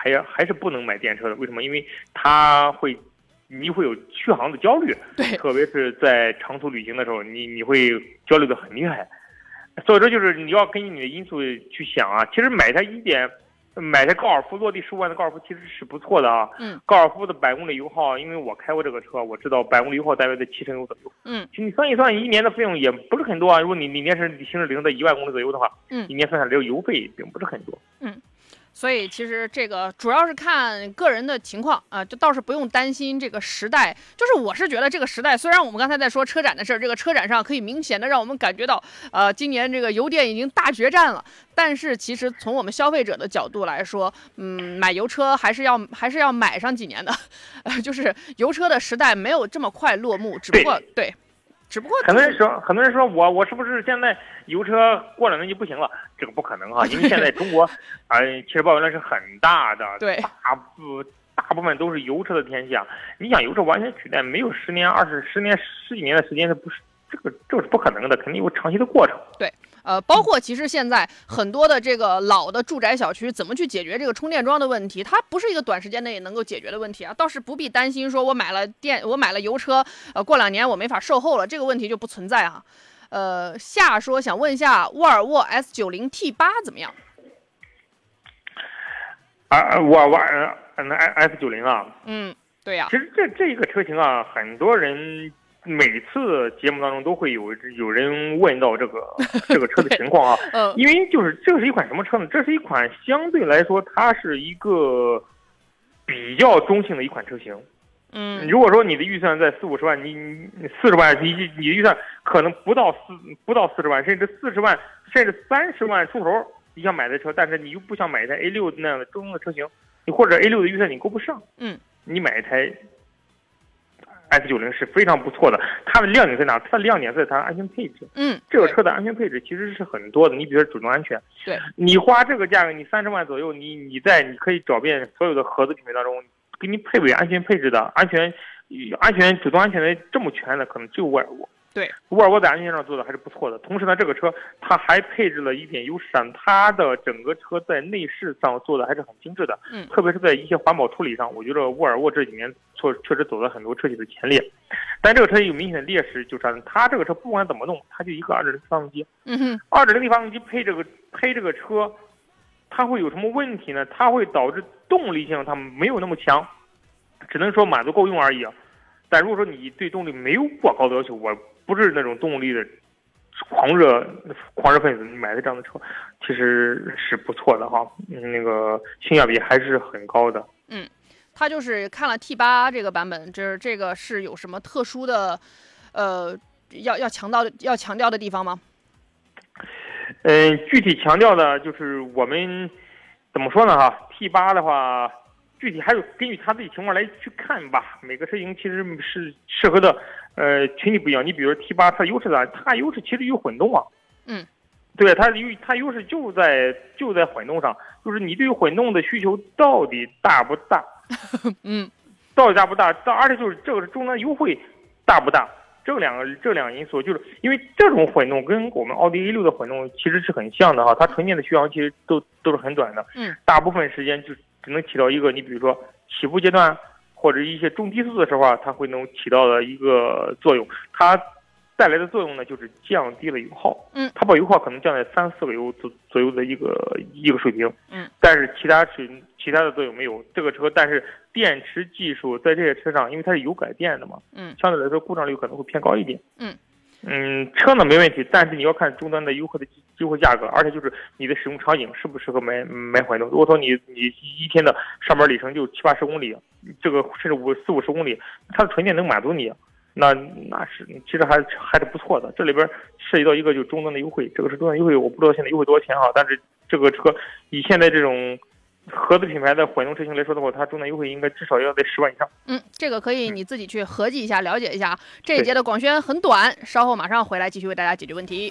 还是不能买电车的。为什么？因为你会有续航的焦虑， 对， 特别是在长途旅行的时候，你会焦虑的很厉害。所以说，就是你要根据你的因素去想啊。其实买台高尔夫落地15万的高尔夫其实是不错的啊。高尔夫的100公里油耗，因为我开过这个车，我知道100公里油耗大约在70油左右。其实你算一算，一年的费用也不是很多啊。如果你年是行驶里程在1万公里左右的话，一年算下来这个油费并不是很多。 所以其实这个主要是看个人的情况啊，就倒是不用担心这个时代。就是我是觉得这个时代，虽然我们刚才在说车展的事儿，这个车展上可以明显的让我们感觉到，今年这个油电已经大决战了。但是其实从我们消费者的角度来说，买油车还是要买上几年的，就是油车的时代没有这么快落幕，只不过对。只不过很多人说我是不是现在油车过2年就不行了？这个不可能啊，因为现在中国汽车保有量是很大的， 对， 大部分都是油车的天下。你想油车完全取代，没有10年、20年、10几年的时间，这个是不可能的，肯定有长期的过程。 对。包括其实现在很多的这个老的住宅小区怎么去解决这个充电桩的问题，它不是一个短时间内能够解决的问题啊，倒是不必担心说我买了油车，过2年我没法售后了，这个问题就不存在啊。夏说想问一下沃尔沃 S90 T8 怎么样？ 沃尔沃S90啊， 对呀。 其实这一个车型啊，很多人。每次节目当中都会有人问到这个车的情况啊，因为就是这是一款什么车呢？这是一款相对来说它是一个比较中性的一款车型。如果说你的预算在40-50万，你40万，你的预算可能不到40万，甚至40万，甚至30万出头，你想买的车，但是你又不想买一台 A6 那样的中庸的车型，你或者 A6 的预算你够不上，你买一台。S90 是非常不错的，它的亮点在哪？它的亮点在它的安全配置。这个车的安全配置其实是很多的。你比如说主动安全， 对， 你花这个价格，你30万左右，你可以找遍所有的合资品牌当中，给你配备安全配置的、安全主动安全的这么全的，可能只有沃尔沃。 对， 沃尔沃在安全上做的还是不错的。同时呢，这个车它还配置了一点优势，它的整个车在内饰上做的还是很精致的。特别是在一些环保处理上，我觉得沃尔沃这几年确实走了很多车企的前列。但这个车有明显的劣势，就是它这个车不管怎么弄，它就一个2.0发动机。2.0T 发动机配这个车，它会有什么问题呢？它会导致动力性它没有那么强，只能说满足够用而已。但如果说你对动力没有过高的要求，我不是那种动力的狂热分子，你买的这样的车其实是不错的哈，那个性价比还是很高的。 他就是看了 T8 这个版本，这个是有什么特殊的要强调的地方吗？ 具体强调的就是我们怎么说呢哈 ？T8 的话。具体还是根据他自己情况来去看吧。每个车型其实是适合的，群体不一样。你比如说 T8，它的优势在，它优势其实有混动啊。对，它优势就在混动上，就是你对于混动的需求到底大不大？到底大不大？而且就是这个终端优惠大不大？这两个因素，就是因为这种混动跟我们奥迪 A6 的混动其实是很像的哈，它纯电的续航其实都是很短的。大部分时间就只能起到一个，你比如说起步阶段或者一些中低速的时候啊，它会能起到的一个作用。它带来的作用呢，就是降低了油耗。它把油耗可能降在3-4个油左右的一个水平。但是其他的作用没有。这个车，但是电池技术在这些车上，因为它是油改电的嘛，相对来说故障率可能会偏高一点。车呢没问题，但是你要看终端的优惠价格，而且就是你的使用场景适不适合买混动。如果说你一天的上班里程就70-80公里，这个甚至40-50公里，它的纯电能满足你，那是其实还是不错的。这里边涉及到一个就是终端的优惠，这个是终端优惠，我不知道现在优惠多少钱哈，但是这个车以现在这种合资品牌的混动车型来说的话，它终端优惠应该至少要在10万以上。 这个可以你自己去合计一下，了解一下。这一节的广宣很短，稍后马上回来继续为大家解决问题。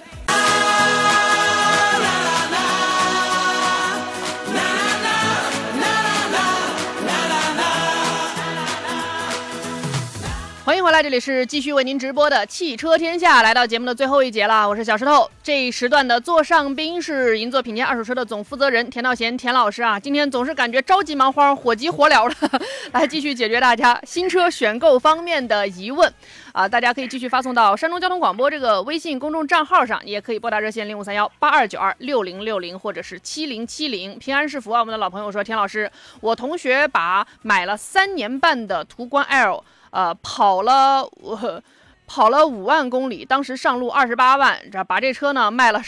欢迎回来，这里是继续为您直播的汽车天下，来到节目的最后一节了，我是小石头。这一时段的座上宾是银座品鉴二手车的总负责人田道贤田老师啊，今天总是感觉着急忙慌、火急火燎的，来继续解决大家新车选购方面的疑问啊！大家可以继续发送到山东交通广播这个微信公众账号上，也可以拨打热线053182926060或者是7070。平安是福啊！我们的老朋友说，田老师，我同学买了3年半的途观 L。跑了5万公里，当时上路28万，把这车呢卖了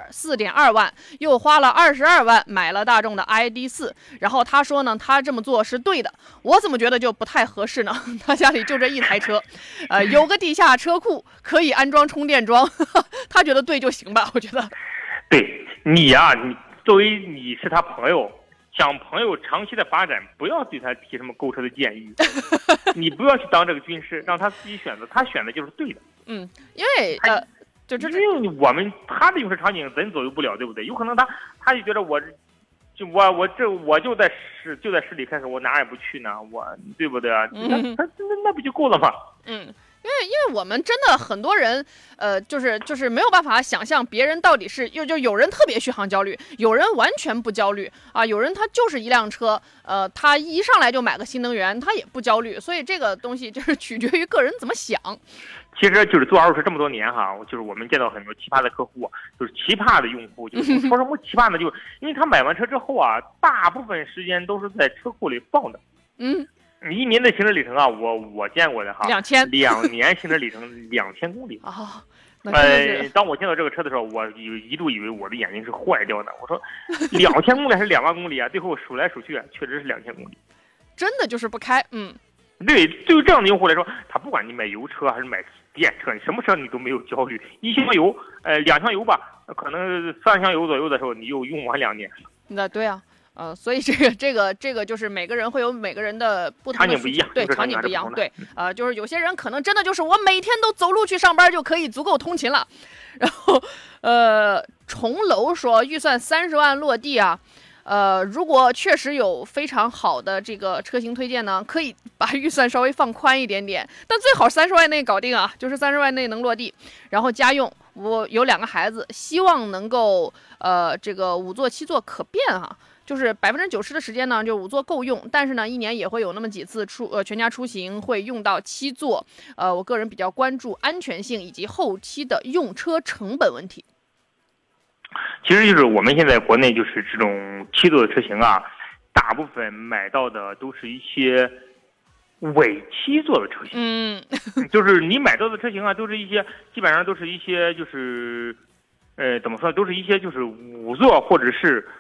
14.2万，又花了22万买了大众的 ID.4， 然后他说呢，他这么做是对的，我怎么觉得就不太合适呢？他家里就这一台车，有个地下车库可以安装充电桩，他觉得对就行吧，我觉得。 对你呀，你作为你是他朋友。想朋友长期的发展，不要对他提什么购车的建议，你不要去当这个军师，让他自己选择，他选的就是对的。 因为因为他的用车场景咱左右不了，对不对？有可能他就觉得我就在市里开始，我哪也不去呢，对不对啊？那不就够了吗？ 因为我们真的很多人，就是没有办法想象别人到底是就有人特别续航焦虑，有人完全不焦虑啊，有人他就是一辆车，他一上来就买个新能源，他也不焦虑，所以这个东西就是取决于个人怎么想。 其实就是做二手车这么多年哈，就是我们见到很多奇葩的客户，就是奇葩的用户，就是说什么奇葩呢？就因为他买完车之后啊，大部分时间都是在车库里放的。一年的行驶里程啊，我见过的哈，2年行驶里程2000公里啊。 当我见到这个车的时候，我一度以为我的眼睛是坏掉的。我说2000公里还是2万公里啊？最后数来数去，确实是2000公里， 真的就是不开。 对，对于这样的用户来说，他不管你买油车还是买电车，你什么车你都没有焦虑。1箱油，2箱油吧，可能3箱油左右的时候，你又用完2年。 那对啊。所以这个就是每个人会有每个人的不同的场景不一样， 对，场景不一样，对，就是有些人可能真的就是我每天都走路去上班就可以足够通勤了。然后重楼说预算30万落地啊，如果确实有非常好的这个车型推荐呢，可以把预算稍微放宽一点点，但最好30万内搞定啊，就是30万内能落地。然后家用，我有2个孩子，希望能够这个5座7座可变啊。就是90%的时间呢，就5座够用，但是呢，一年也会有那么几次全家出行会用到7座。我个人比较关注安全性以及后期的用车成本问题。 其实就是我们现在国内就是这种7座的车型啊，大部分买到的都是一些伪7座的车型。就是你买到的车型啊，都是一些基本上都是一些就是怎么说，都是一些就是5座或者是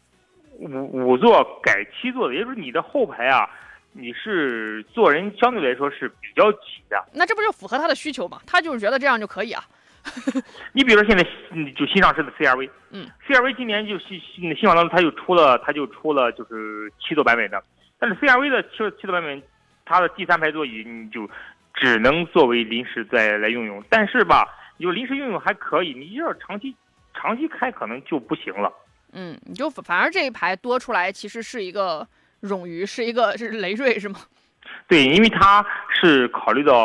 5座改7座的，也就是你的后排啊，你是做人相对来说是比较挤的。 那这不就符合他的需求吗？他就是觉得这样就可以啊。 你比如说现在就新上市的 CR-V，CR-V 今年就新款当中它就出了就是7座版本的，但是 CR-V 的7座版本，它的第3排座椅你就只能作为临时再来用，但是吧，有临时用还可以，你要长期开可能就不行了。 你就反正这一排多出来，其实是一个冗余，是累赘，是吗？ 对，因为它是考虑到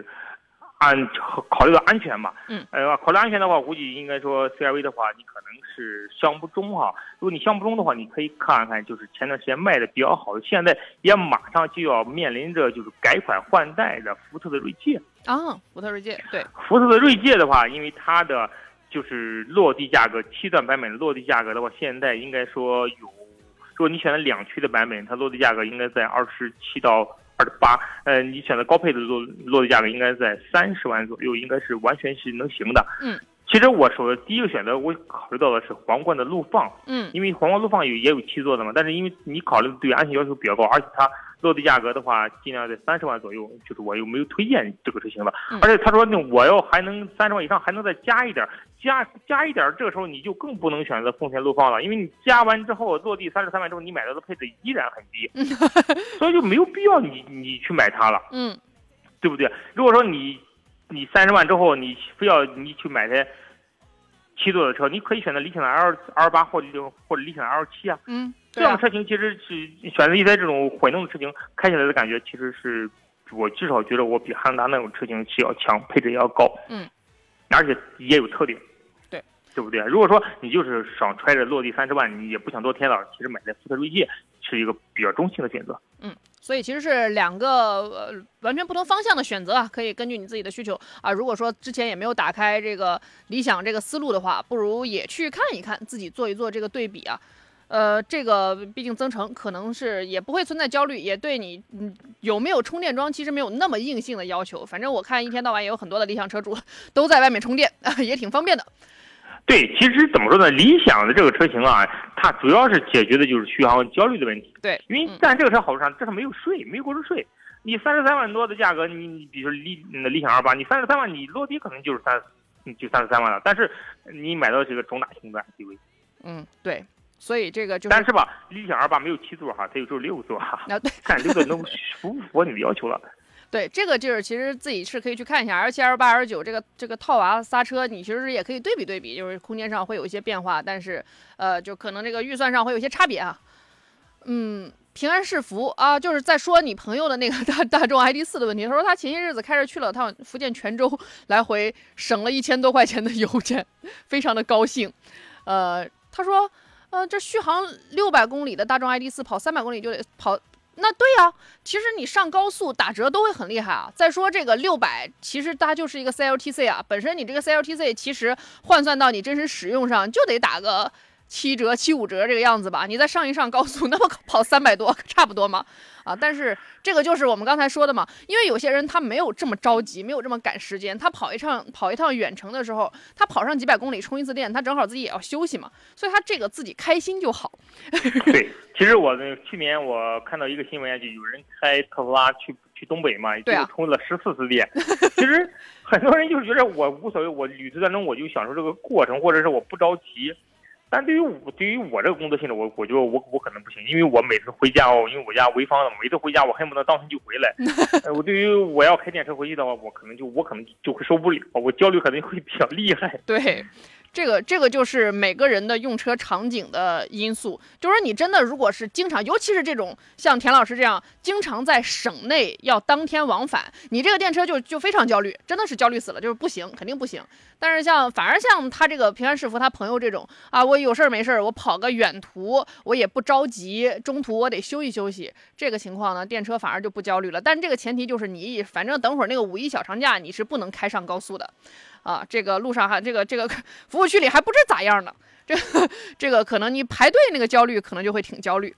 安全嘛。考虑安全的话，估计应该说 CR-V 的话，你可能是相不中哈。如果你相不中的话，你可以看看，就是前段时间卖的比较好的，现在也马上就要面临着就是改款换代的福特的锐界啊。福特锐界，对， 福特的锐界的话，因为它的就是落地价格7段版本的落地价格的话，现在应该说如果你选了2驱的版本，它落地价格应该在27到28，你选择高配的落地价格应该在30万左右，应该是完全是能行的。其实我说的第一个选择，我考虑到的是皇冠的陆放，因为皇冠陆放也有7座的嘛，但是因为你考虑对安全要求比较高，而且它落地价格的话，尽量在30万左右，就是我又没有推荐这个车型了。而且他说我要还能30万以上还能再加一点，加一点，这个时候你就更不能选择丰田陆放了，因为你加完之后落地33万之后，你买到的配置依然很低，所以就没有必要你去买它了，对不对？如果说你30万之后，你非要你去买台7座的车，你可以选择理想的 L8或者理想的 L7啊。这样的车型其实是选择一台这种混动的车型，开起来的感觉其实是我至少觉得我比汉兰达那种车型是要强，配置也要高，而且也有特点，对不对？如果说你就是想揣着落地30万，你也不想多添了，其实买的福特锐界是一个比较中性的选择。 所以其实是两个完全不同方向的选择啊，可以根据你自己的需求啊。如果说之前也没有打开这个理想这个思路的话，不如也去看一看，自己做一做这个对比啊。这个毕竟增程可能是也不会存在焦虑，也对你有没有充电桩其实没有那么硬性的要求。反正我看一天到晚也有很多的理想车主都在外面充电，也挺方便的。 对，其实怎么说呢？理想的这个车型啊，它主要是解决的就是续航焦虑的问题。 对， 因为但这个车好处上，这是没有税，没有购置税。你33万多的价格，你比如说理想28，你33万，你落地可能就是33万了。但是你买到这个中大型的 SUV。 对。所以这个就是， 但是吧，理想28没有7座哈，它有只有6座哈。 对， 看这个能符不符合你的要求了。 对，这个就是其实自己是可以去看一下，L7、L8、L9这个套娃刹车，你其实也可以对比对比，就是空间上会有一些变化，但是就可能这个预算上会有一些差别啊。平安是福啊，就是在说你朋友的那个大众 ID.4的问题。他说他前些日子开着去了趟福建泉州，来回省了1000多块钱的油钱，非常的高兴。他说这续航600公里的大众 ID.4跑300公里就得跑。那对呀，其实你上高速打折都会很厉害啊。再说这个600，其实它就是一个 CLTC 啊，本身你这个 CLTC 其实换算到你真实使用上就得打个7折、7、5折这个样子吧。你再上一上高速，那么跑300多，差不多嘛。但是这个就是我们刚才说的嘛，因为有些人他没有这么着急，没有这么赶时间，他跑一趟远程的时候，他跑上几百公里充一次电，他正好自己也要休息嘛，所以他这个自己开心就好。 对，其实去年我看到一个新闻，就有人开特斯拉去东北嘛，就充了14次电。其实很多人就是觉得我无所谓，我旅途当中我就享受这个过程，或者是我不着急。但对于我这个工作性质，我觉得我可能不行，因为我每次回家因为我家潍坊的，每次回家我恨不得当天就回来。我对于我要开电车回去的话，我可能就会受不了，我焦虑可能会比较厉害。 对。这个就是每个人的用车场景的因素，就是你真的如果是经常，尤其是这种像田老师这样经常在省内要当天往返，你这个电车就非常焦虑，真的是焦虑死了，就是不行，肯定不行。但是反而像他这个平安是福他朋友这种啊，我有事没事我跑个远途，我也不着急，中途我得休息休息，这个情况呢，电车反而就不焦虑了。但这个前提就是你反正等会儿那个5一小长假你是不能开上高速的。这个路上这个服务区里还不知咋样呢，这个可能你排队那个焦虑可能就会挺焦虑。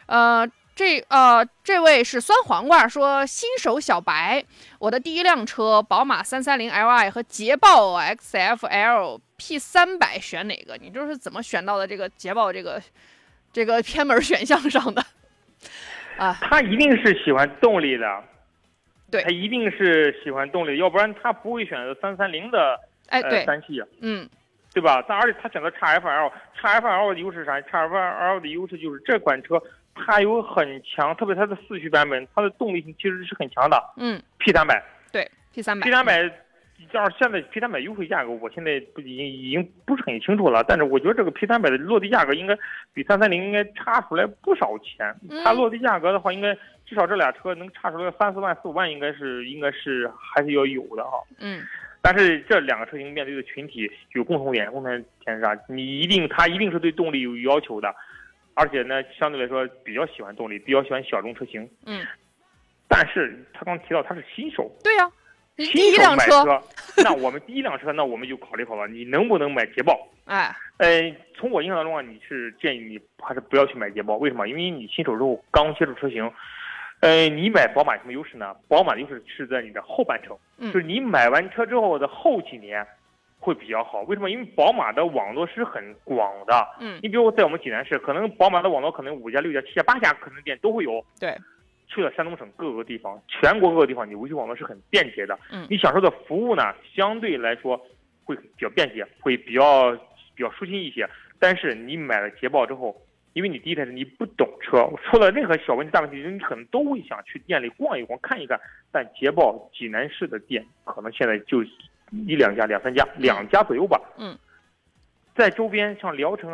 这位是酸黄瓜说，新手小白，我的第一辆车宝马330 Li 和捷豹 XF-L P300 选哪个？你这是怎么选到的这个捷豹这个偏门选项上的？ 他一定是喜欢动力的。 对， 他一定是喜欢动力，要不然他不会选择330的3系啊，对吧？而且他选择 XFL 的优势是啥 ？XFL 的优势就是这款车它有很强，特别它的4驱版本，它的动力性其实是很强的。P300， 对 P300， 要是现在 P300 优惠价格，我现在已经不是很清楚了，但是我觉得这个 P300 的落地价格应该比330应该差出来不少钱。它落地价格的话，应该至少这俩车能差出来3、4万、4、5万，应该是还是要有的哈。但是这两个车型面对的群体有共同点是啥？它一定是对动力有要求的，而且呢，相对来说比较喜欢动力，比较喜欢小众车型。但是他刚提到他是新手。 对呀。 新手买车，那我们第一辆车，那我们就考虑好了，你能不能买捷豹？从我印象当中啊，你是建议你还是不要去买捷豹？为什么？因为你新手之后刚接触车型，你买宝马有什么优势呢？宝马的优势是在你的后半程，就是你买完车之后的后几年会比较好。为什么？因为宝马的网络是很广的。你比如在我们济南市，可能宝马的网络可能5家、6家、7家、8家可能店都会有。 对。 去了山东省各个地方，全国各个地方，你维修网络是很便捷的。你享受的服务呢，相对来说会比较便捷，会比较舒心一些。但是你买了捷豹之后，因为你第一台车你不懂车，出了任何小问题、大问题，你可能都会想去店里逛一逛、看一看。但捷豹济南市的店可能现在就1、2家、2、3家，2家左右吧。在周边像聊城啊、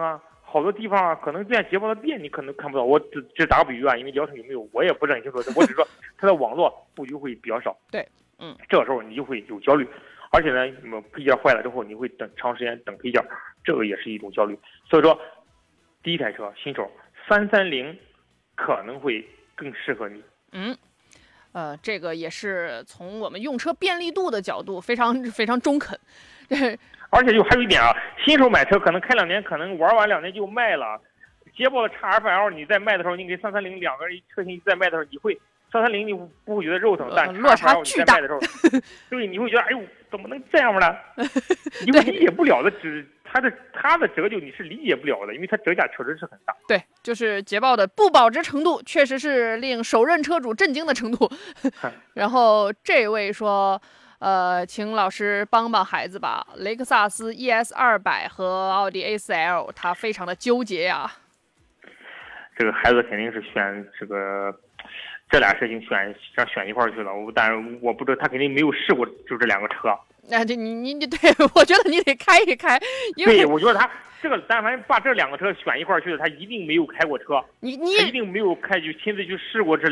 好多地方可能这样捷豹的店你可能看不到。我只打个比喻啊，因为聊城有没有我也不是很清楚，我只是说它的网络布局会比较少。 对， 这个时候你就会有焦虑，而且呢，配件坏了之后你会长时间等配件，这个也是一种焦虑。所以说，第一台车新手330可能会更适合你。 这个也是从我们用车便利度的角度非常非常中肯。 而且还有一点啊，新手买车可能开2年，可能玩完2年就卖了。捷豹的 XF-L 你在卖的时候，你给330两个车型在卖的时候，你会330你不会觉得肉疼，但落差巨大。 你在卖的时候，对，你会觉得哎呦怎么能这样呢？你会理解不了的，它的折旧你是理解不了的，因为它折价确实是很大。 对，就是捷豹的不保值程度确实是令首任车主震惊的程度。然后这位说，请老师帮帮孩子吧，雷克萨斯 ES200和奥迪 A4L， 他非常的纠结呀。 这个孩子肯定是选这俩车型选一块去了，但是我不知道他肯定没有试过就这2个车。 你对，我觉得你得开一开，因为对，我觉得他这个但凡把这2个车选一块去的，他一定没有开过车，他一定没有亲自去试过这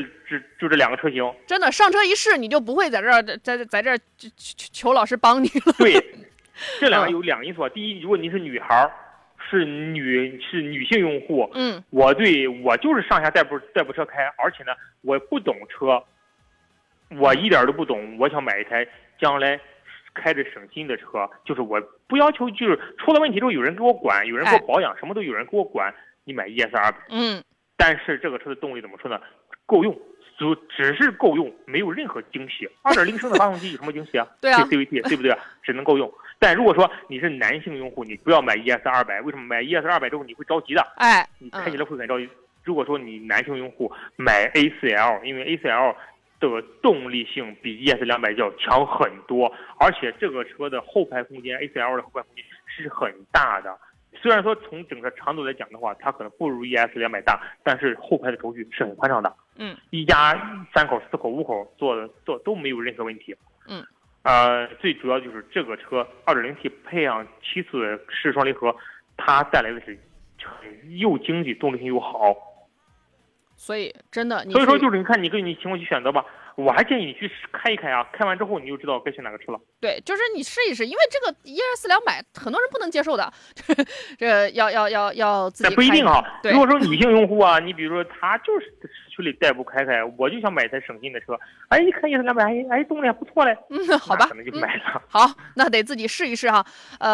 2个车型。 真的上车一试，你就不会在这儿求老师帮你了。 对，这2个有2个因素。第一，如果你是女孩，是女性用户，我就是上下代步车开，而且呢，我不懂车，我一点都不懂，我想买一台将来开着省心的车，就是我不要求就是出了问题之后有人给我管，有人给我保养，什么都有人给我管。你买 ES200，但是这个车的动力怎么说呢？够用，只是够用，没有任何惊喜。2.0升的发动机有什么惊喜啊？ 对啊 ，CVT 对不对？只能够用。但如果说你是男性用户，你不要买 ES200，为什么买 ES200之后你会着急的？你开起来会很着急。如果说你男性用户买 A4L， 因为 A4L 的动力性比 ES200要强很多，而且这个车的后排空间 ，A4L 的后排空间是很大的。虽然说从整个长度来讲的话，它可能不如 ES200大，但是后排的轴距是很宽敞的。一家3口、4口、5口坐都没有任何问题。最主要就是这个车 2.0T 配上7次湿式双离合，它带来的是又经济，动力性又好。 所以真的， 所以说就是你看你根据你情况去选择吧。我还建议你去开一开啊，开完之后你就知道该选哪个车了。 对，就是你试一试，因为这个1.4200很多人不能接受的，这要自己开。 但不一定啊。 对， 如果说女性用户啊，你比如说她就是市区里代步开，我就想买一台省心的车，一看1.200，动力还不错嘞。 好吧， 可能就买了。 好，那得自己试一试哈。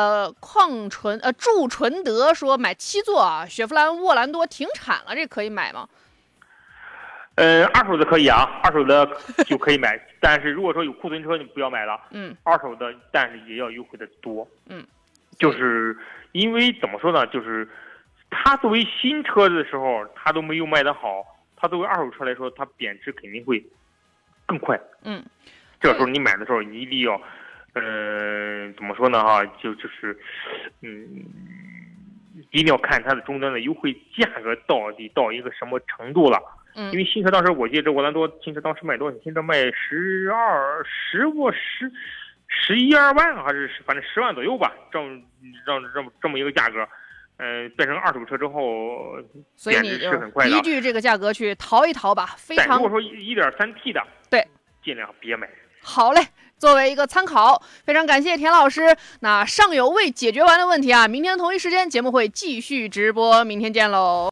祝纯德说买7座啊，雪佛兰沃兰多停产了，这可以买吗？ 二手的可以啊，二手的就可以买，但是如果说有库存车，你不要买了。二手的，但是也要优惠的多。就是因为怎么说呢，就是它作为新车的时候，它都没有卖得好，它作为二手车来说，它贬值肯定会更快。这时候你买的时候，你一定要，怎么说呢哈，就是一定要看它的终端的优惠价格到底到一个什么程度了。因为新车当时我记得这沃兰多新车当时卖多少？新车卖11、12万，还是反正10万左右吧，这么一个价格，变成二手车之后，贬值是很快的。 依据这个价格去淘一淘吧，非常。 但如果说1.3T 的， 对， 尽量别买。 好嘞。作为一个参考，非常感谢田老师。那尚有未解决完的问题啊，明天同一时间节目会继续直播，明天见喽。